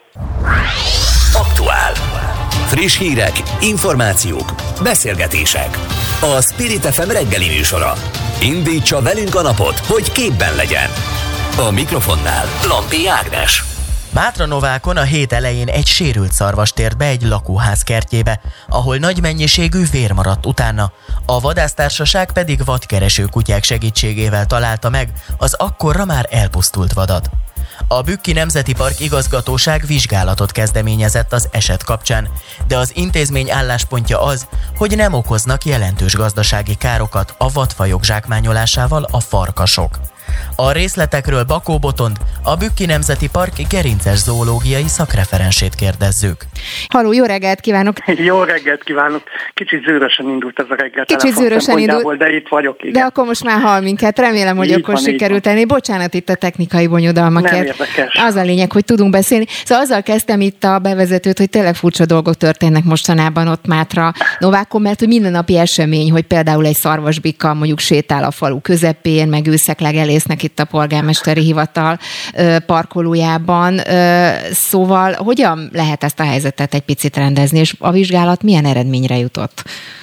Aktuál. Friss hírek, információk, beszélgetések. A Spirit FM reggeli műsora. Indítsa velünk a napot, hogy képben legyen. A mikrofonnál Lampi Ágnes. Mátranovákon a hét elején egy sérült szarvas tért be egy lakóház kertjébe, ahol nagy mennyiségű vér maradt utána. A vadásztársaság pedig vadkereső kutyák segítségével találta meg az akkorra már elpusztult vadat. A Bükki Nemzeti Park igazgatóság vizsgálatot kezdeményezett az eset kapcsán, de az intézmény álláspontja az, hogy nem okoznak jelentős gazdasági károkat a vadfajok zsákmányolásával a farkasok. A részletekről Bakó Botond, a Bükki Nemzeti Park gerinces zoológiai szakreferensét kérdezzük. Halló, jó reggelt kívánok! Jó reggelt kívánok! Kicsit zűrösen indult ez a reggel. Kicsit zűrösen indult, de itt vagyok. Igen. De akkor most már hall minket, remélem, hogy akkor sikerült tenni. Bocsánat itt a technikai bonyodalmakért. Nem érdekes. Az a lényeg, hogy tudunk beszélni. Szóval azzal kezdtem itt a bevezetőt, hogy tényleg furcsa dolgok történnek mostanában ott Mátranovákon, mert hogy mindennapi esemény, hogy például egy szarvasbika mondjuk sétál a falu közepén, meg őszek legelésznek itt a polgármesteri hivatal parkolójában. Szóval hogyan lehet ezt a helyzetet egy picit rendezni, és a vizsgálat milyen eredményre jutott?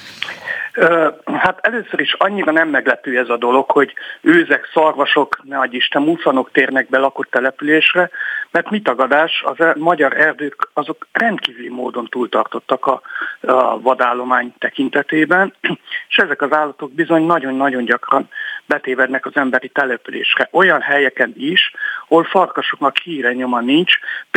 Hát először is annyira nem meglepő ez a dolog, hogy őzek, szarvasok, ne adj Isten, muszanok térnek be lakott településre, mert mi tagadás, az magyar erdők azok rendkívüli módon túltartottak a vadállomány tekintetében, és ezek az állatok bizony nagyon-nagyon gyakran betévednek az emberi településre. Olyan helyeken is, ahol farkasoknak híre nyoma nincs,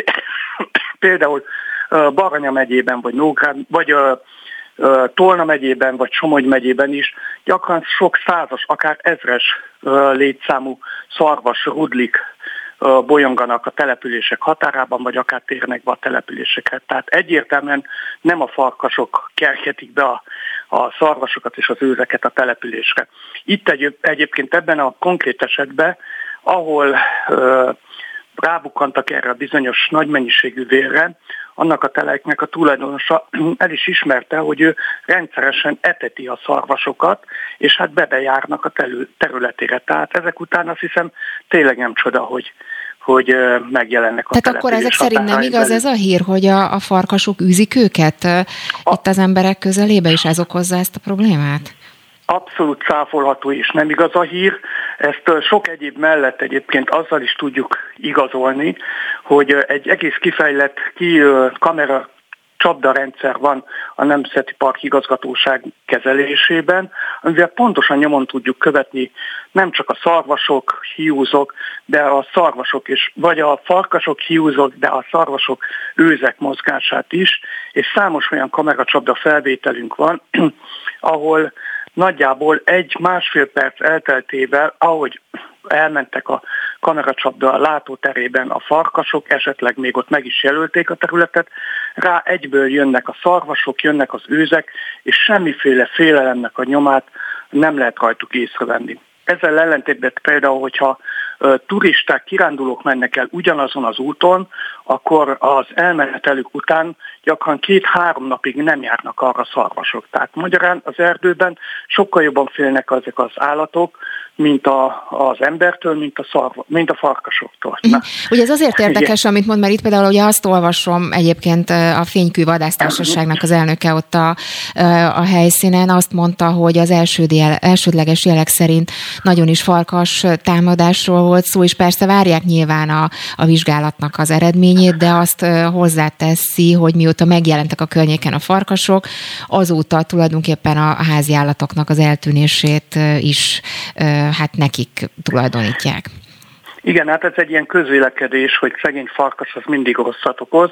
például Baranya megyében, vagy Nógrád, vagy Tolna megyében, vagy Somogy megyében is gyakran sok százas, akár ezres létszámú szarvas, rudlik bolyonganak a települések határában, vagy akár térnek be a településeket. Tehát egyértelműen nem a farkasok kergetik be a szarvasokat és az őzeket a településre. Itt egyébként ebben a konkrét esetben, ahol rábukkantak erre a bizonyos nagy mennyiségű vérre, annak a teleknek a tulajdonosa el is ismerte, hogy ő rendszeresen eteti a szarvasokat, és hát bejárnak a területére. Tehát ezek után azt hiszem tényleg nem csoda, hogy megjelennek a település. Tehát akkor ezek szerint nem igaz ez a hír, hogy a farkasok űzik őket itt az emberek közelébe, és ez okozza ezt a problémát? Abszolút cáfolható és nem igaz a hír. Ezt sok egyéb mellett egyébként azzal is tudjuk igazolni, hogy egy egész kifejlett kamera csapdarendszer van a Nemzeti Park Igazgatóság kezelésében, amivel pontosan nyomon tudjuk követni nem csak a szarvasok, hiúzok, de a szarvasok is, vagy a farkasok, hiúzok, de a szarvasok, őzek mozgását is, és számos olyan kameracsapda felvételünk van, ahol nagyjából 1-1,5 perc elteltével, ahogy elmentek a kameracsapda látóterében a farkasok, esetleg még ott meg is jelölték a területet, rá egyből jönnek a szarvasok, jönnek az őzek, és semmiféle félelemnek a nyomát nem lehet rajtuk észrevenni. Ezzel ellentétben például, hogyha turisták, kirándulók mennek el ugyanazon az úton, akkor az elmenetelük után gyakran 2-3 napig nem járnak arra szarvasok. Tehát magyarán az erdőben sokkal jobban félnek ezek az állatok, mint az embertől, mint a farkasoktól. Ugye ez azért érdekes, amit mond, mert itt például ugye azt olvasom egyébként a Fénykő Vadásztársaságnak az elnöke ott a helyszínen, azt mondta, hogy az elsődleges jelek szerint nagyon is farkas támadásról volt szó, és persze várják nyilván a vizsgálatnak az eredményét, de azt hozzáteszi, hogy mióta megjelentek a környéken a farkasok, azóta tulajdonképpen a házi állatoknak az eltűnését is hát nekik tulajdonítják. Igen, hát ez egy ilyen közvélekedés, hogy szegény farkas az mindig rosszat okoz.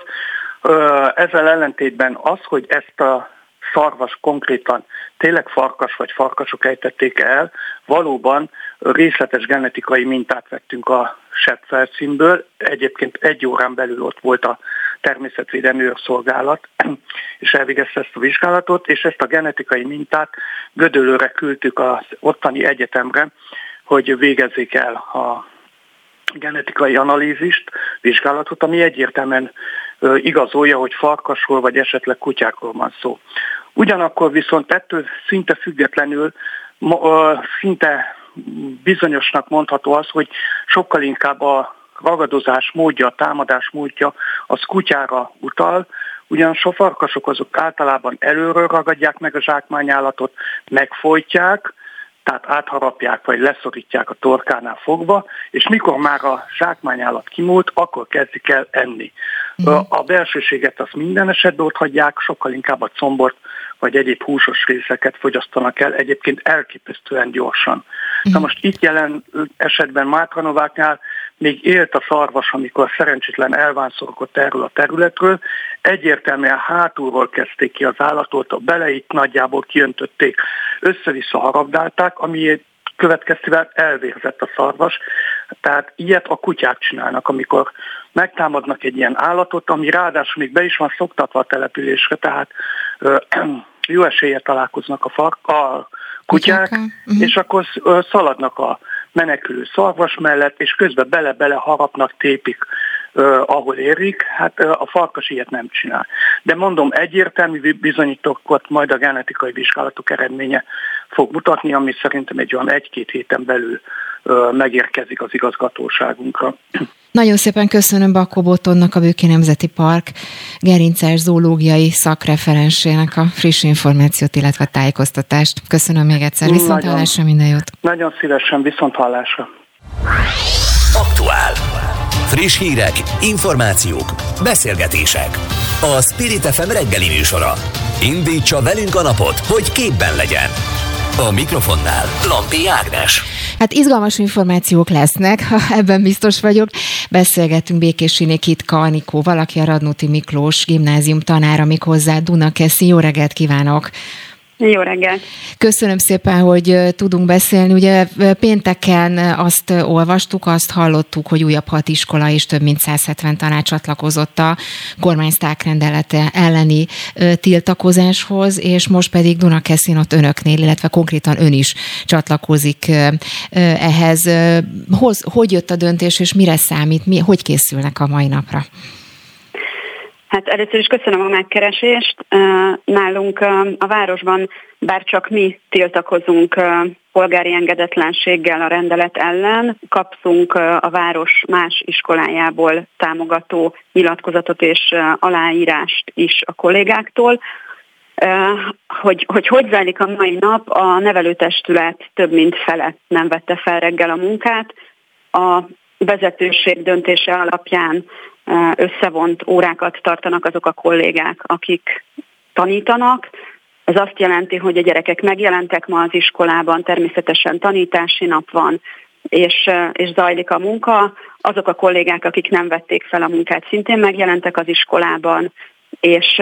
Ezzel ellentétben az, hogy ezt a szarvas konkrétan tényleg farkas vagy farkasok ejtették el, valóban részletes genetikai mintát vettünk a seppfelszínből. Egyébként 1 órán belül ott volt a természetvédelmi őrszolgálat, és elvégezte ezt a vizsgálatot, és ezt a genetikai mintát Gödöllőre küldtük az ottani egyetemre, hogy végezzék el a genetikai analízist, vizsgálatot, ami egyértelműen igazolja, hogy farkasról vagy esetleg kutyákról van szó. Ugyanakkor viszont ettől szinte függetlenül, szinte bizonyosnak mondható az, hogy sokkal inkább a ragadozás módja, a támadás módja az kutyára utal, ugyanis a farkasok azok általában előről ragadják meg a zsákmányállatot, megfojtják, tehát átharapják vagy leszorítják a torkánál fogva, és mikor már a zsákmányállat kimúlt, akkor kezdik el enni. A belsőséget azt minden esetben ott hagyják, sokkal inkább a combot vagy egyéb húsos részeket fogyasztanak el, egyébként elképesztően gyorsan. Na most itt jelen esetben Mátranováknál még élt a szarvas, amikor szerencsétlen elvánszorgott erről a területről, egyértelműen hátulról kezdték ki az állatot, a beleit nagyjából kiöntötték, össze-vissza harabdálták, ami következtében elvérzett a szarvas. Tehát ilyet a kutyák csinálnak, amikor megtámadnak egy ilyen állatot, ami ráadásul még be is van szoktatva a településre, tehát jó eséllyel találkoznak a kutyák, és akkor szaladnak a menekülő szarvas mellett, és közben bele-bele harapnak, tépik, ahol érik. Hát a farkas ilyet nem csinál. De mondom, egyértelmű bizonyítókat majd a genetikai vizsgálatok eredménye fog mutatni, ami szerintem egy olyan 1-2 héten belül megérkezik az igazgatóságunkra. Nagyon szépen köszönöm Bakó Botondnak, a Böki Nemzeti Park gerinces zoológiai szakreferensének a friss információt, illetve tájékoztatást. Köszönöm még egyszer. Viszonthallásra, minden jót. Nagyon szívesen, viszonthallásra. Aktuál. Friss hírek, információk, beszélgetések. A Spirit FM reggeli műsora. Indítsa velünk a napot, hogy képben legyen. A mikrofonnál Lampi Ágnes. Hát izgalmas információk lesznek, ebben biztos vagyok. Beszélgetünk Békésiné Kitka Anikóval, aki a Radnóti Miklós gimnázium tanára, méghozzá Dunakeszi. Jó reggelt kívánok! Jó reggelt! Köszönöm szépen, hogy tudunk beszélni. Ugye pénteken azt olvastuk, azt hallottuk, hogy újabb 6 iskola és több mint 170 tanár csatlakozott a kormány sztrákrendelete elleni tiltakozáshoz, és most pedig Dunakeszin ott önöknél, illetve konkrétan ön is csatlakozik ehhez. Hogy jött a döntés, és mire számít? Hogy készülnek a mai napra? Hát először is köszönöm a megkeresést. Nálunk a városban, bár csak mi tiltakozunk polgári engedetlenséggel a rendelet ellen, kapszunk a város más iskolájából támogató nyilatkozatot és aláírást is a kollégáktól. Hogy zajlik a mai nap, a nevelőtestület több mint fele nem vette fel reggel a munkát. A vezetőség döntése alapján összevont órákat tartanak azok a kollégák, akik tanítanak. Ez azt jelenti, hogy a gyerekek megjelentek ma az iskolában, természetesen tanítási nap van, és zajlik a munka. Azok a kollégák, akik nem vették fel a munkát, szintén megjelentek az iskolában, és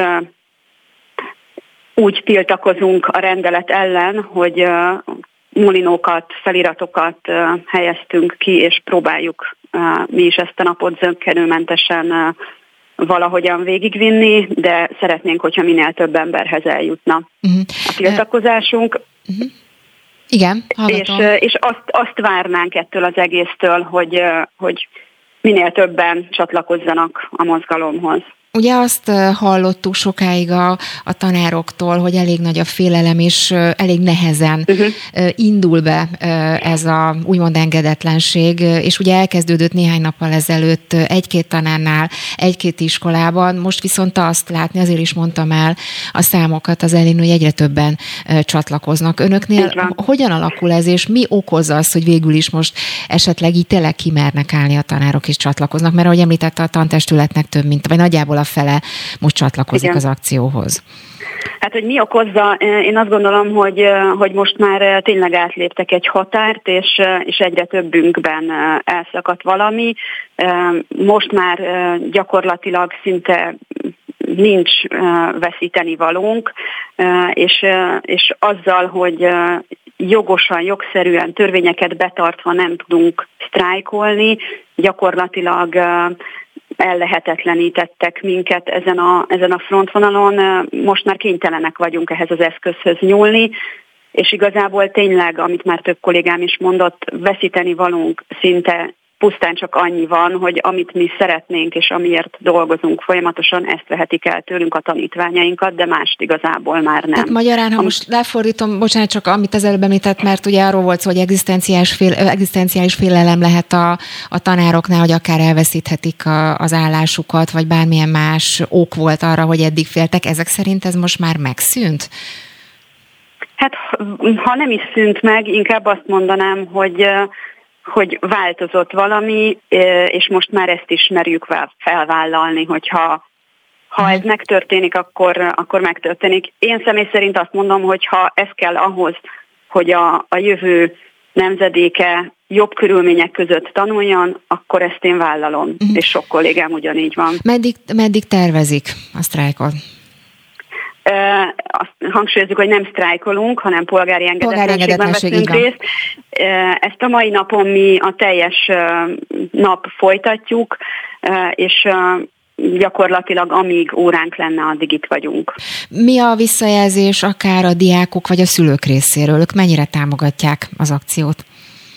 úgy tiltakozunk a rendelet ellen, hogy mulinókat, feliratokat helyeztünk ki, és próbáljuk mi is ezt a napot zökkenőmentesen valahogyan végigvinni, de szeretnénk, hogyha minél több emberhez eljutna a tiltakozásunk. Igen, hallgatom. És azt várnánk ettől az egésztől, hogy minél többen csatlakozzanak a mozgalomhoz. Ugye azt hallottuk sokáig a tanároktól, hogy elég nagy a félelem, és elég nehezen indul be ez a úgymond engedetlenség, és ugye elkezdődött néhány nappal ezelőtt 1-2 tanárnál, 1-2 iskolában, most viszont azt látni, azért is mondtam el a számokat az elén, hogy egyre többen csatlakoznak. Önöknél hogyan alakul ez, és mi okozza azt, hogy végül is most esetleg így tényleg kimernek állni a tanárok és csatlakoznak, mert ahogy említette, a tantestületnek több mint, vagy nagyjából a fele most csatlakozik az akcióhoz. Hát, hogy mi okozza, én azt gondolom, hogy most már tényleg átléptek egy határt, és egyre többünkben elszakadt valami. Most már gyakorlatilag szinte nincs veszíteni valónk, és azzal, hogy jogosan, jogszerűen, törvényeket betartva nem tudunk sztrájkolni, gyakorlatilag ellehetetlenítettek minket ezen a frontvonalon. Most már kénytelenek vagyunk ehhez az eszközhöz nyúlni, és igazából tényleg, amit már több kollégám is mondott, veszíteni valunk szinte pusztán csak annyi van, hogy amit mi szeretnénk, és amiért dolgozunk folyamatosan, ezt vehetik el tőlünk a tanítványainkat, de mást igazából már nem. Tehát magyarán, ha most lefordítom, bocsánat, csak amit az előbb említett, mert ugye arról volt szó, hogy egzisztenciális félelem lehet a tanároknál, hogy akár elveszíthetik az állásukat, vagy bármilyen más ok volt arra, hogy eddig féltek. Ezek szerint ez most már megszűnt? Hát, ha nem is szűnt meg, inkább azt mondanám, hogy változott valami, és most már ezt is merjük felvállalni, hogyha ez megtörténik, akkor megtörténik. Én személy szerint azt mondom, hogy ha ez kell ahhoz, hogy a jövő nemzedéke jobb körülmények között tanuljon, akkor ezt én vállalom, és sok kollégám ugyanígy van. Meddig tervezik a sztrájkot? Azt hangsúlyozzuk, hogy nem sztrájkolunk, hanem polgári engedetlenségben veszünk részt. Ezt a mai napon mi a teljes nap folytatjuk, és gyakorlatilag amíg óránk lenne, addig itt vagyunk. Mi a visszajelzés akár a diákok vagy a szülők részéről? Ők mennyire támogatják az akciót?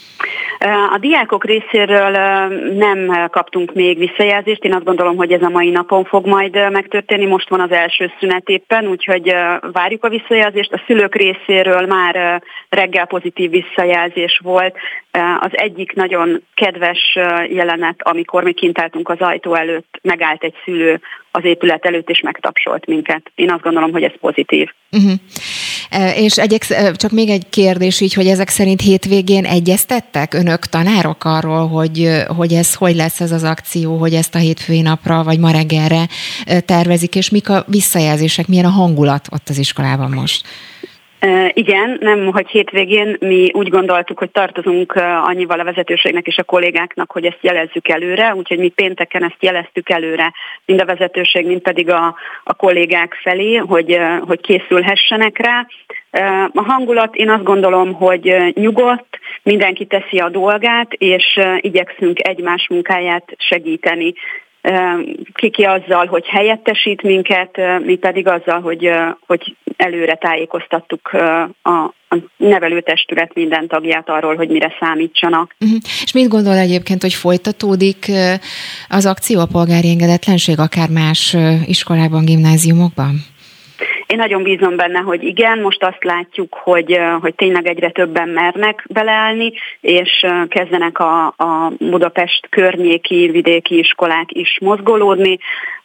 A diákok részéről nem kaptunk még visszajelzést. Én azt gondolom, hogy ez a mai napon fog majd megtörténni. Most van az első szünet éppen, úgyhogy várjuk a visszajelzést. A szülők részéről már reggel pozitív visszajelzés volt. Az egyik nagyon kedves jelenet, amikor mi kint álltunk az ajtó előtt, megállt egy szülő az épület előtt, és megtapsolt minket. Én azt gondolom, hogy ez pozitív. És csak még egy kérdés így, hogy ezek szerint hétvégén egyeztettek önök tanárok arról, hogy ez hogy lesz ez az akció, hogy ezt a hétfői napra vagy ma reggelre tervezik, és mik a visszajelzések, milyen a hangulat ott az iskolában most? Igen, nem, hogy hétvégén mi úgy gondoltuk, hogy tartozunk annyival a vezetőségnek és a kollégáknak, hogy ezt jelezzük előre, úgyhogy mi pénteken ezt jeleztük előre, mind a vezetőség, mind pedig a kollégák felé, hogy készülhessenek rá. A hangulat, én azt gondolom, hogy nyugodt, mindenki teszi a dolgát, és igyekszünk egymás munkáját segíteni. Kiki azzal, hogy helyettesít minket, mi pedig azzal, hogy előre tájékoztattuk a nevelőtestület minden tagját arról, hogy mire számítsanak. És mit gondol egyébként, hogy folytatódik az akció, a polgári engedetlenség akár más iskolákban, gimnáziumokban? Én nagyon bízom benne, hogy igen, most azt látjuk, hogy tényleg egyre többen mernek beleállni, és kezdenek a Budapest környéki, vidéki iskolák is mozgolódni.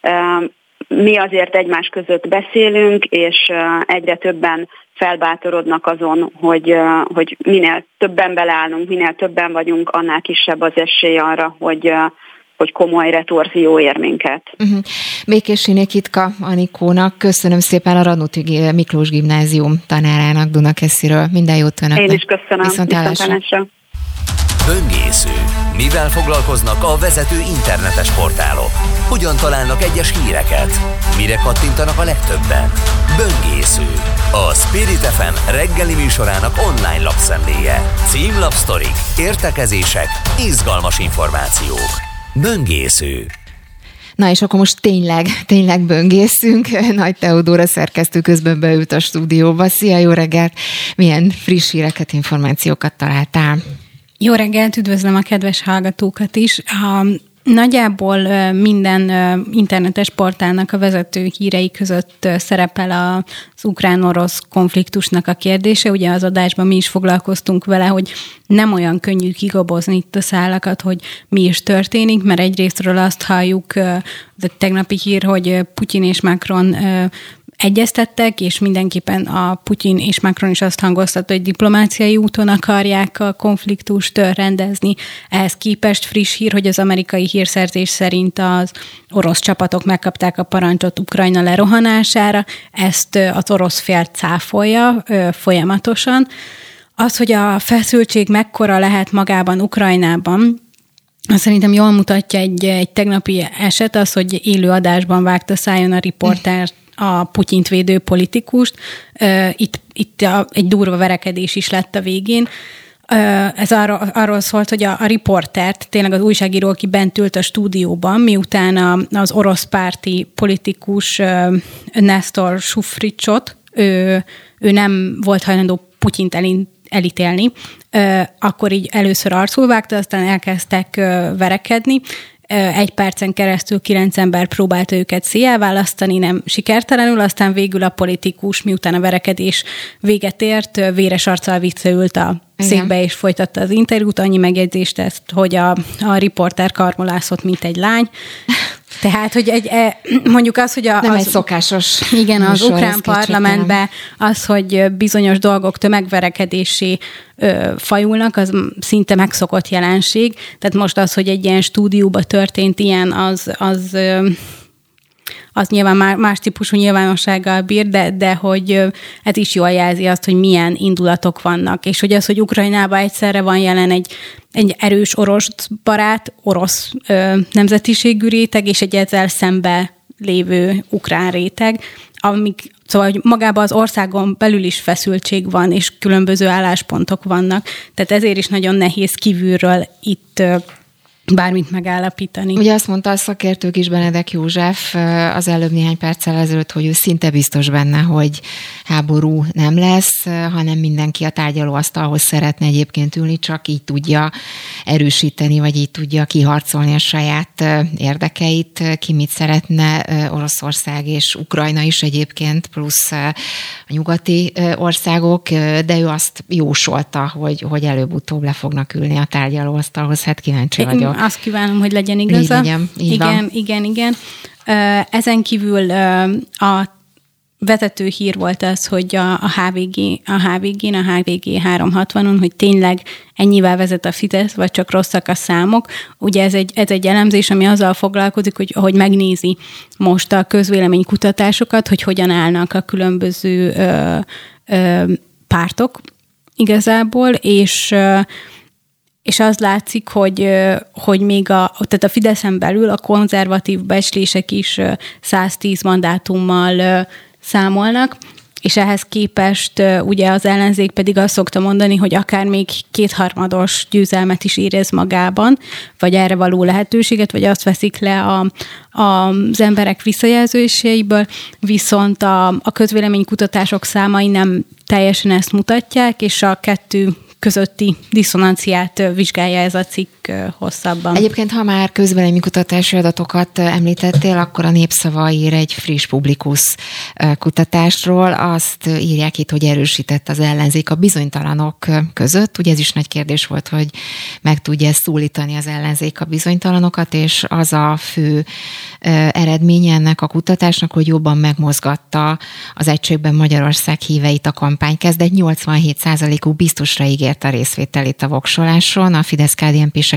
Mi azért egymás között beszélünk, és egyre többen felbátorodnak azon, hogy minél többen beleállunk, minél többen vagyunk, annál kisebb az esély arra, hogy komoly retorzió ér minket. Békéséné Kitka Anikónak köszönöm szépen, a Radnóti Miklós Gimnázium tanárának Dunakesziről. Minden jót önöknek. Én is köszönöm. Viszontlátásra. Böngésző. Mivel foglalkoznak a vezető internetes portálok? Hogyan találnak egyes híreket? Mire kattintanak a legtöbben? Böngésző. A Spirit FM reggeli műsorának online lapszemléje. Címlapsztorik, értekezések, izgalmas információk. Böngésző. Na és akkor most tényleg böngészünk. Nagy Teodóra szerkesztő közben beült a stúdióba. Szia, jó reggelt! Milyen friss híreket, információkat találtál? Jó reggelt, üdvözlöm a kedves hallgatókat is. Nagyjából minden internetes portálnak a vezető hírei között szerepel az ukrán-orosz konfliktusnak a kérdése. Ugye az adásban mi is foglalkoztunk vele, hogy nem olyan könnyű kigobozni itt a szálakat, hogy mi is történik, mert egyrésztről azt halljuk, a tegnapi hír, hogy Putyin és Macron egyeztettek, és mindenképpen a Putyin és Macron is azt hangoztatta, hogy diplomáciai úton akarják a konfliktust rendezni. Ehhez képest friss hír, hogy az amerikai hírszerzés szerint az orosz csapatok megkapták a parancsot Ukrajna lerohanására, ezt az orosz fél cáfolja folyamatosan. Az, hogy a feszültség mekkora lehet magában Ukrajnában, azt szerintem jól mutatja egy tegnapi eset, az, hogy élő adásban vágta szájon a riporter a Putyint védő politikust. Itt egy durva verekedés is lett a végén. Ez arról szólt, hogy a riportert, tényleg az újságíró, aki bent ült a stúdióban, miután az orosz párti politikus Nestor Sufricsot, ő nem volt hajlandó Putyint elítélni, akkor így először arcul vágta, aztán elkezdtek verekedni. 1 percen keresztül 9 ember próbálta őket széjjelválasztani, nem sikertelenül, aztán végül a politikus, miután a verekedés véget ért, véres arccal visszaült a székbe és folytatta az interjút. Annyi megjegyzést tett, hogy a riporter karmolászott, mint egy lány. Tehát, hogy mondjuk az, hogy nem egy szokásos. Igen, az ukrán parlamentben az, hogy bizonyos dolgok tömegverekedésé fajulnak, az szinte megszokott jelenség. Tehát most az, hogy egy ilyen stúdióban történt ilyen, az nyilván más típusú nyilvánossággal bír, de hogy ez is jól jelzi azt, hogy milyen indulatok vannak, és hogy az, hogy Ukrajnában egyszerre van jelen egy erős orosz barát, orosz nemzetiségű réteg, és egy ezzel szembe lévő ukrán réteg, szóval hogy magában az országon belül is feszültség van, és különböző álláspontok vannak, tehát ezért is nagyon nehéz kívülről itt bármit megállapítani. Ugye azt mondta a szakértők is, Benedek József az előbb néhány perccel ezelőtt, hogy ő szinte biztos benne, hogy háború nem lesz, hanem mindenki a tárgyalóasztalhoz szeretne egyébként ülni, csak így tudja erősíteni, vagy így tudja kiharcolni a saját érdekeit. Ki mit szeretne, Oroszország és Ukrajna is egyébként, plusz a nyugati országok, de ő azt jósolta, hogy előbb-utóbb le fognak ülni a tárgyalóasztalhoz. Hát kíváncsi vagyok. Azt kívánom, hogy legyen igaza. Igen. Ezen kívül a vezető hír volt az, hogy a HVG 360-on, hogy tényleg ennyivel vezet a Fidesz, vagy csak rosszak a számok. Ugye ez egy elemzés, ami azzal foglalkozik, hogy megnézi most a közvéleménykutatásokat, hogy hogyan állnak a különböző pártok igazából, és az látszik, hogy még tehát a Fideszen belül a konzervatív becslések is 110 mandátummal számolnak, és ehhez képest ugye az ellenzék pedig azt szokta mondani, hogy akár még 2/3 győzelmet is érez magában, vagy erre való lehetőséget, vagy azt veszik le az emberek visszajelzéseiből, viszont a közvéleménykutatások számai nem teljesen ezt mutatják, és a kettő közötti diszonanciát vizsgálja ez a cikk hosszabban. Egyébként, ha már közvéleménykutatási adatokat említettél, akkor a Népszava ír egy friss Publikus kutatásról. Azt írják itt, hogy erősített az ellenzék a bizonytalanok között. Ugye ez is nagy kérdés volt, hogy meg tudja szólítani az ellenzék a bizonytalanokat, és az a fő eredménye ennek a kutatásnak, hogy jobban megmozgatta az Egységben Magyarország híveit a kampány. Kezdet 87%-uk biztosra ígért a részvételét a voksoláson, a Fidesz-KDNP-sek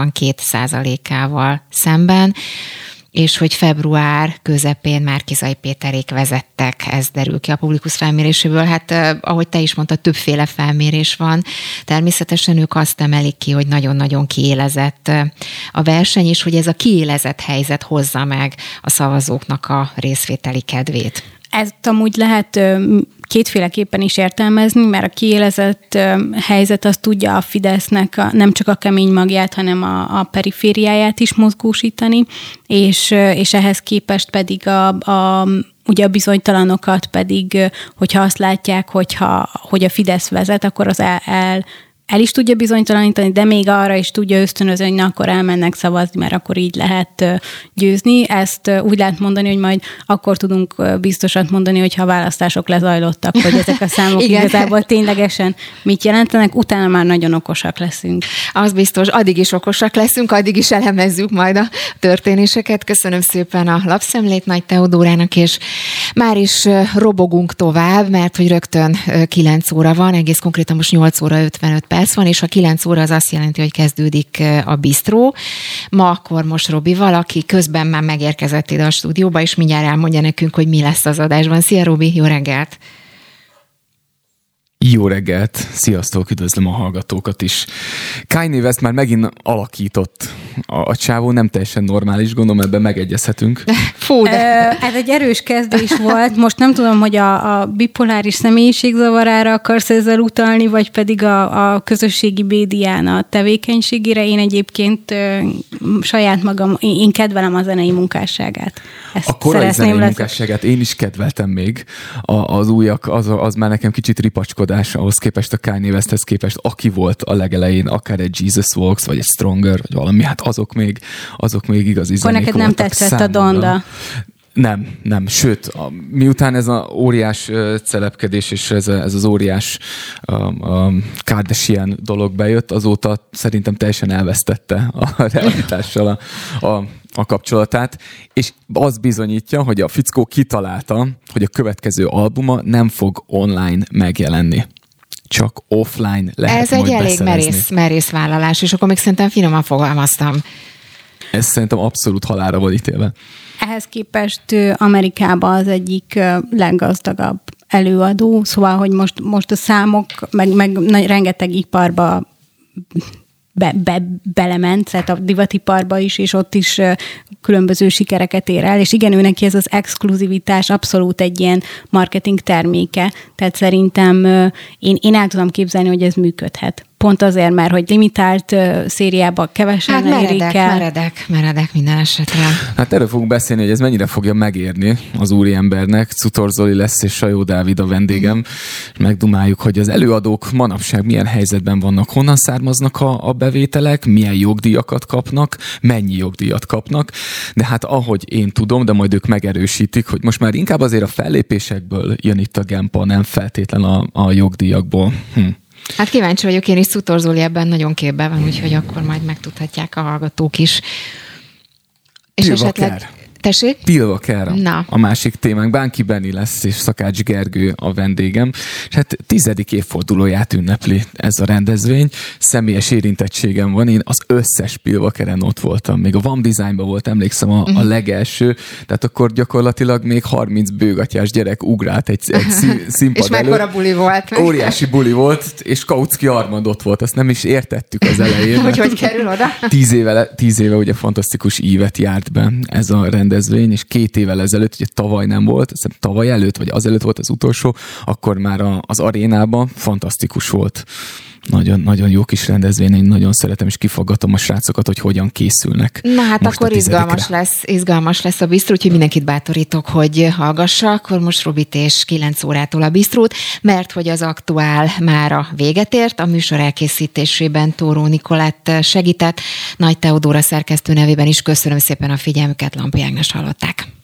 82%-ával szemben, és hogy február közepén Márki-Zay Péterék vezettek, ez derül ki a Publikus felméréséből. Hát ahogy te is mondtad, többféle felmérés van. Természetesen ők azt emelik ki, hogy nagyon-nagyon kiélezett a verseny, és hogy ez a kiélezett helyzet hozza meg a szavazóknak a részvételi kedvét. Ezt amúgy lehet kétféleképpen is értelmezni, mert a kiélezett helyzet az tudja a Fidesznek nem csak a kemény magját, hanem a perifériáját is mozgósítani, és ehhez képest pedig ugye a bizonytalanokat pedig, hogyha azt látják, hogy a Fidesz vezet, akkor az el is tudja bizonytalanítani, de még arra is tudja ösztönözni, hogy akkor elmennek szavazni, mert akkor így lehet győzni. Ezt úgy lehet mondani, hogy majd akkor tudunk biztosat mondani, hogyha a választások lezajlottak, hogy ezek a számok igazából ténylegesen mit jelentenek, utána már nagyon okosak leszünk. Az biztos, addig is okosak leszünk, addig is elemezzük majd a történéseket. Köszönöm szépen a lapszemlét Nagy Teodórának, és már is robogunk tovább, mert hogy rögtön 9 óra van, egész konkrétan most 8 óra 55 perc van, és a 9 óra az azt jelenti, hogy kezdődik a bisztró. Ma akkor most Robival, aki közben már megérkezett ide a stúdióba, és mindjárt elmondja nekünk, hogy mi lesz az adásban. Szia Robi, jó reggelt! Jó reggelt! Sziasztok, üdvözlöm a hallgatókat is. Kanye West már megint alakított a csávó nem teljesen normális, gondolom ebben megegyezhetünk. Fú, de... Ez egy erős kezdés volt. Most nem tudom, hogy a bipoláris személyiségzavarára akarsz ezzel utalni, vagy pedig a közösségi médián tevékenységére. Én egyébként saját magam, én kedvelem a zenei munkásságát. A korai zenei munkásságát én is kedveltem még. Az újak, az már nekem kicsit ripacskodás ahhoz képest, a Kanye Westhez képest, aki volt a legelején, akár egy Jesus Walks, vagy egy Stronger, vagy valami, hát azok még igazi zenék voltak. Akkor neked nem tetszett a Donda? Nem. Sőt, miután ez az óriás celebkedés és ez az óriás Kardashian dolog bejött, azóta szerintem teljesen elvesztette a realitással a kapcsolatát, és az bizonyítja, hogy a fickó kitalálta, hogy a következő albuma nem fog online megjelenni. Csak offline lehet ez majd beszerezni. Ez egy elég merész vállalás, és akkor még szerintem finoman fogalmaztam. Ez szerintem abszolút halálra van ítélve. Ehhez képest Amerikában az egyik leggazdagabb előadó, szóval, hogy most a számok, meg rengeteg iparba belement, tehát a divatiparba is, és ott is különböző sikereket ér el, és igen, ő neki ez az exkluzivitás abszolút egy ilyen marketing terméke, tehát szerintem én el tudom képzelni, hogy ez működhet. Pont azért, mert hogy limitált szériában kevesen érik el. Meredek minden esetre. Hát erről fogunk beszélni, hogy ez mennyire fogja megérni az úriembernek. Cutor Zoli lesz és Sajó Dávid a vendégem. Megdumáljuk, hogy az előadók manapság milyen helyzetben vannak, honnan származnak a bevételek, milyen jogdíjakat kapnak, mennyi jogdíjat kapnak. De hát ahogy én tudom, de majd ők megerősítik, hogy most már inkább azért a fellépésekből jön itt a gempa, nem feltétlen a jogdíjakból. Hát kíváncsi vagyok, én is Cutor Zoli ebben nagyon képben van, úgyhogy akkor majd megtudhatják a hallgatók is. És esetleg... Tessék? Pilvaker a másik témánk. Bánki Benni lesz, és Szakács Gergő a vendégem. És hát 10. évfordulóját ünnepli ez a rendezvény. Személyes érintettségem van. Én az összes Pilvakeren ott voltam. Még a Van Designban volt, emlékszem, a legelső. Tehát akkor gyakorlatilag még 30 bőgatyás gyerek ugrált egy színpad és mekkora buli volt. Óriási buli volt, és Kautsky Armand ott volt. Azt nem is értettük az elején. hogy kerül oda? 10 éve ugye fantasztikus ívet járt be ez a rendezvény, és 2 évvel ezelőtt, ugye tavaly nem volt, tavaly előtt, vagy azelőtt volt az utolsó, akkor már az arénában fantasztikus volt. Nagyon, nagyon jó kis rendezvény, én nagyon szeretem, és kifaggatom a srácokat, hogy hogyan készülnek. Na hát akkor izgalmas lesz a bisztró, úgyhogy mindenkit bátorítok, hogy hallgassa, akkor most Robit és 9 órától a bisztrót, mert hogy az aktuál már a véget ért, a műsor elkészítésében Tóró Nikolett segített, Nagy Teodóra szerkesztő nevében is köszönöm szépen a figyelmüket, Lampi Ágnes hallották.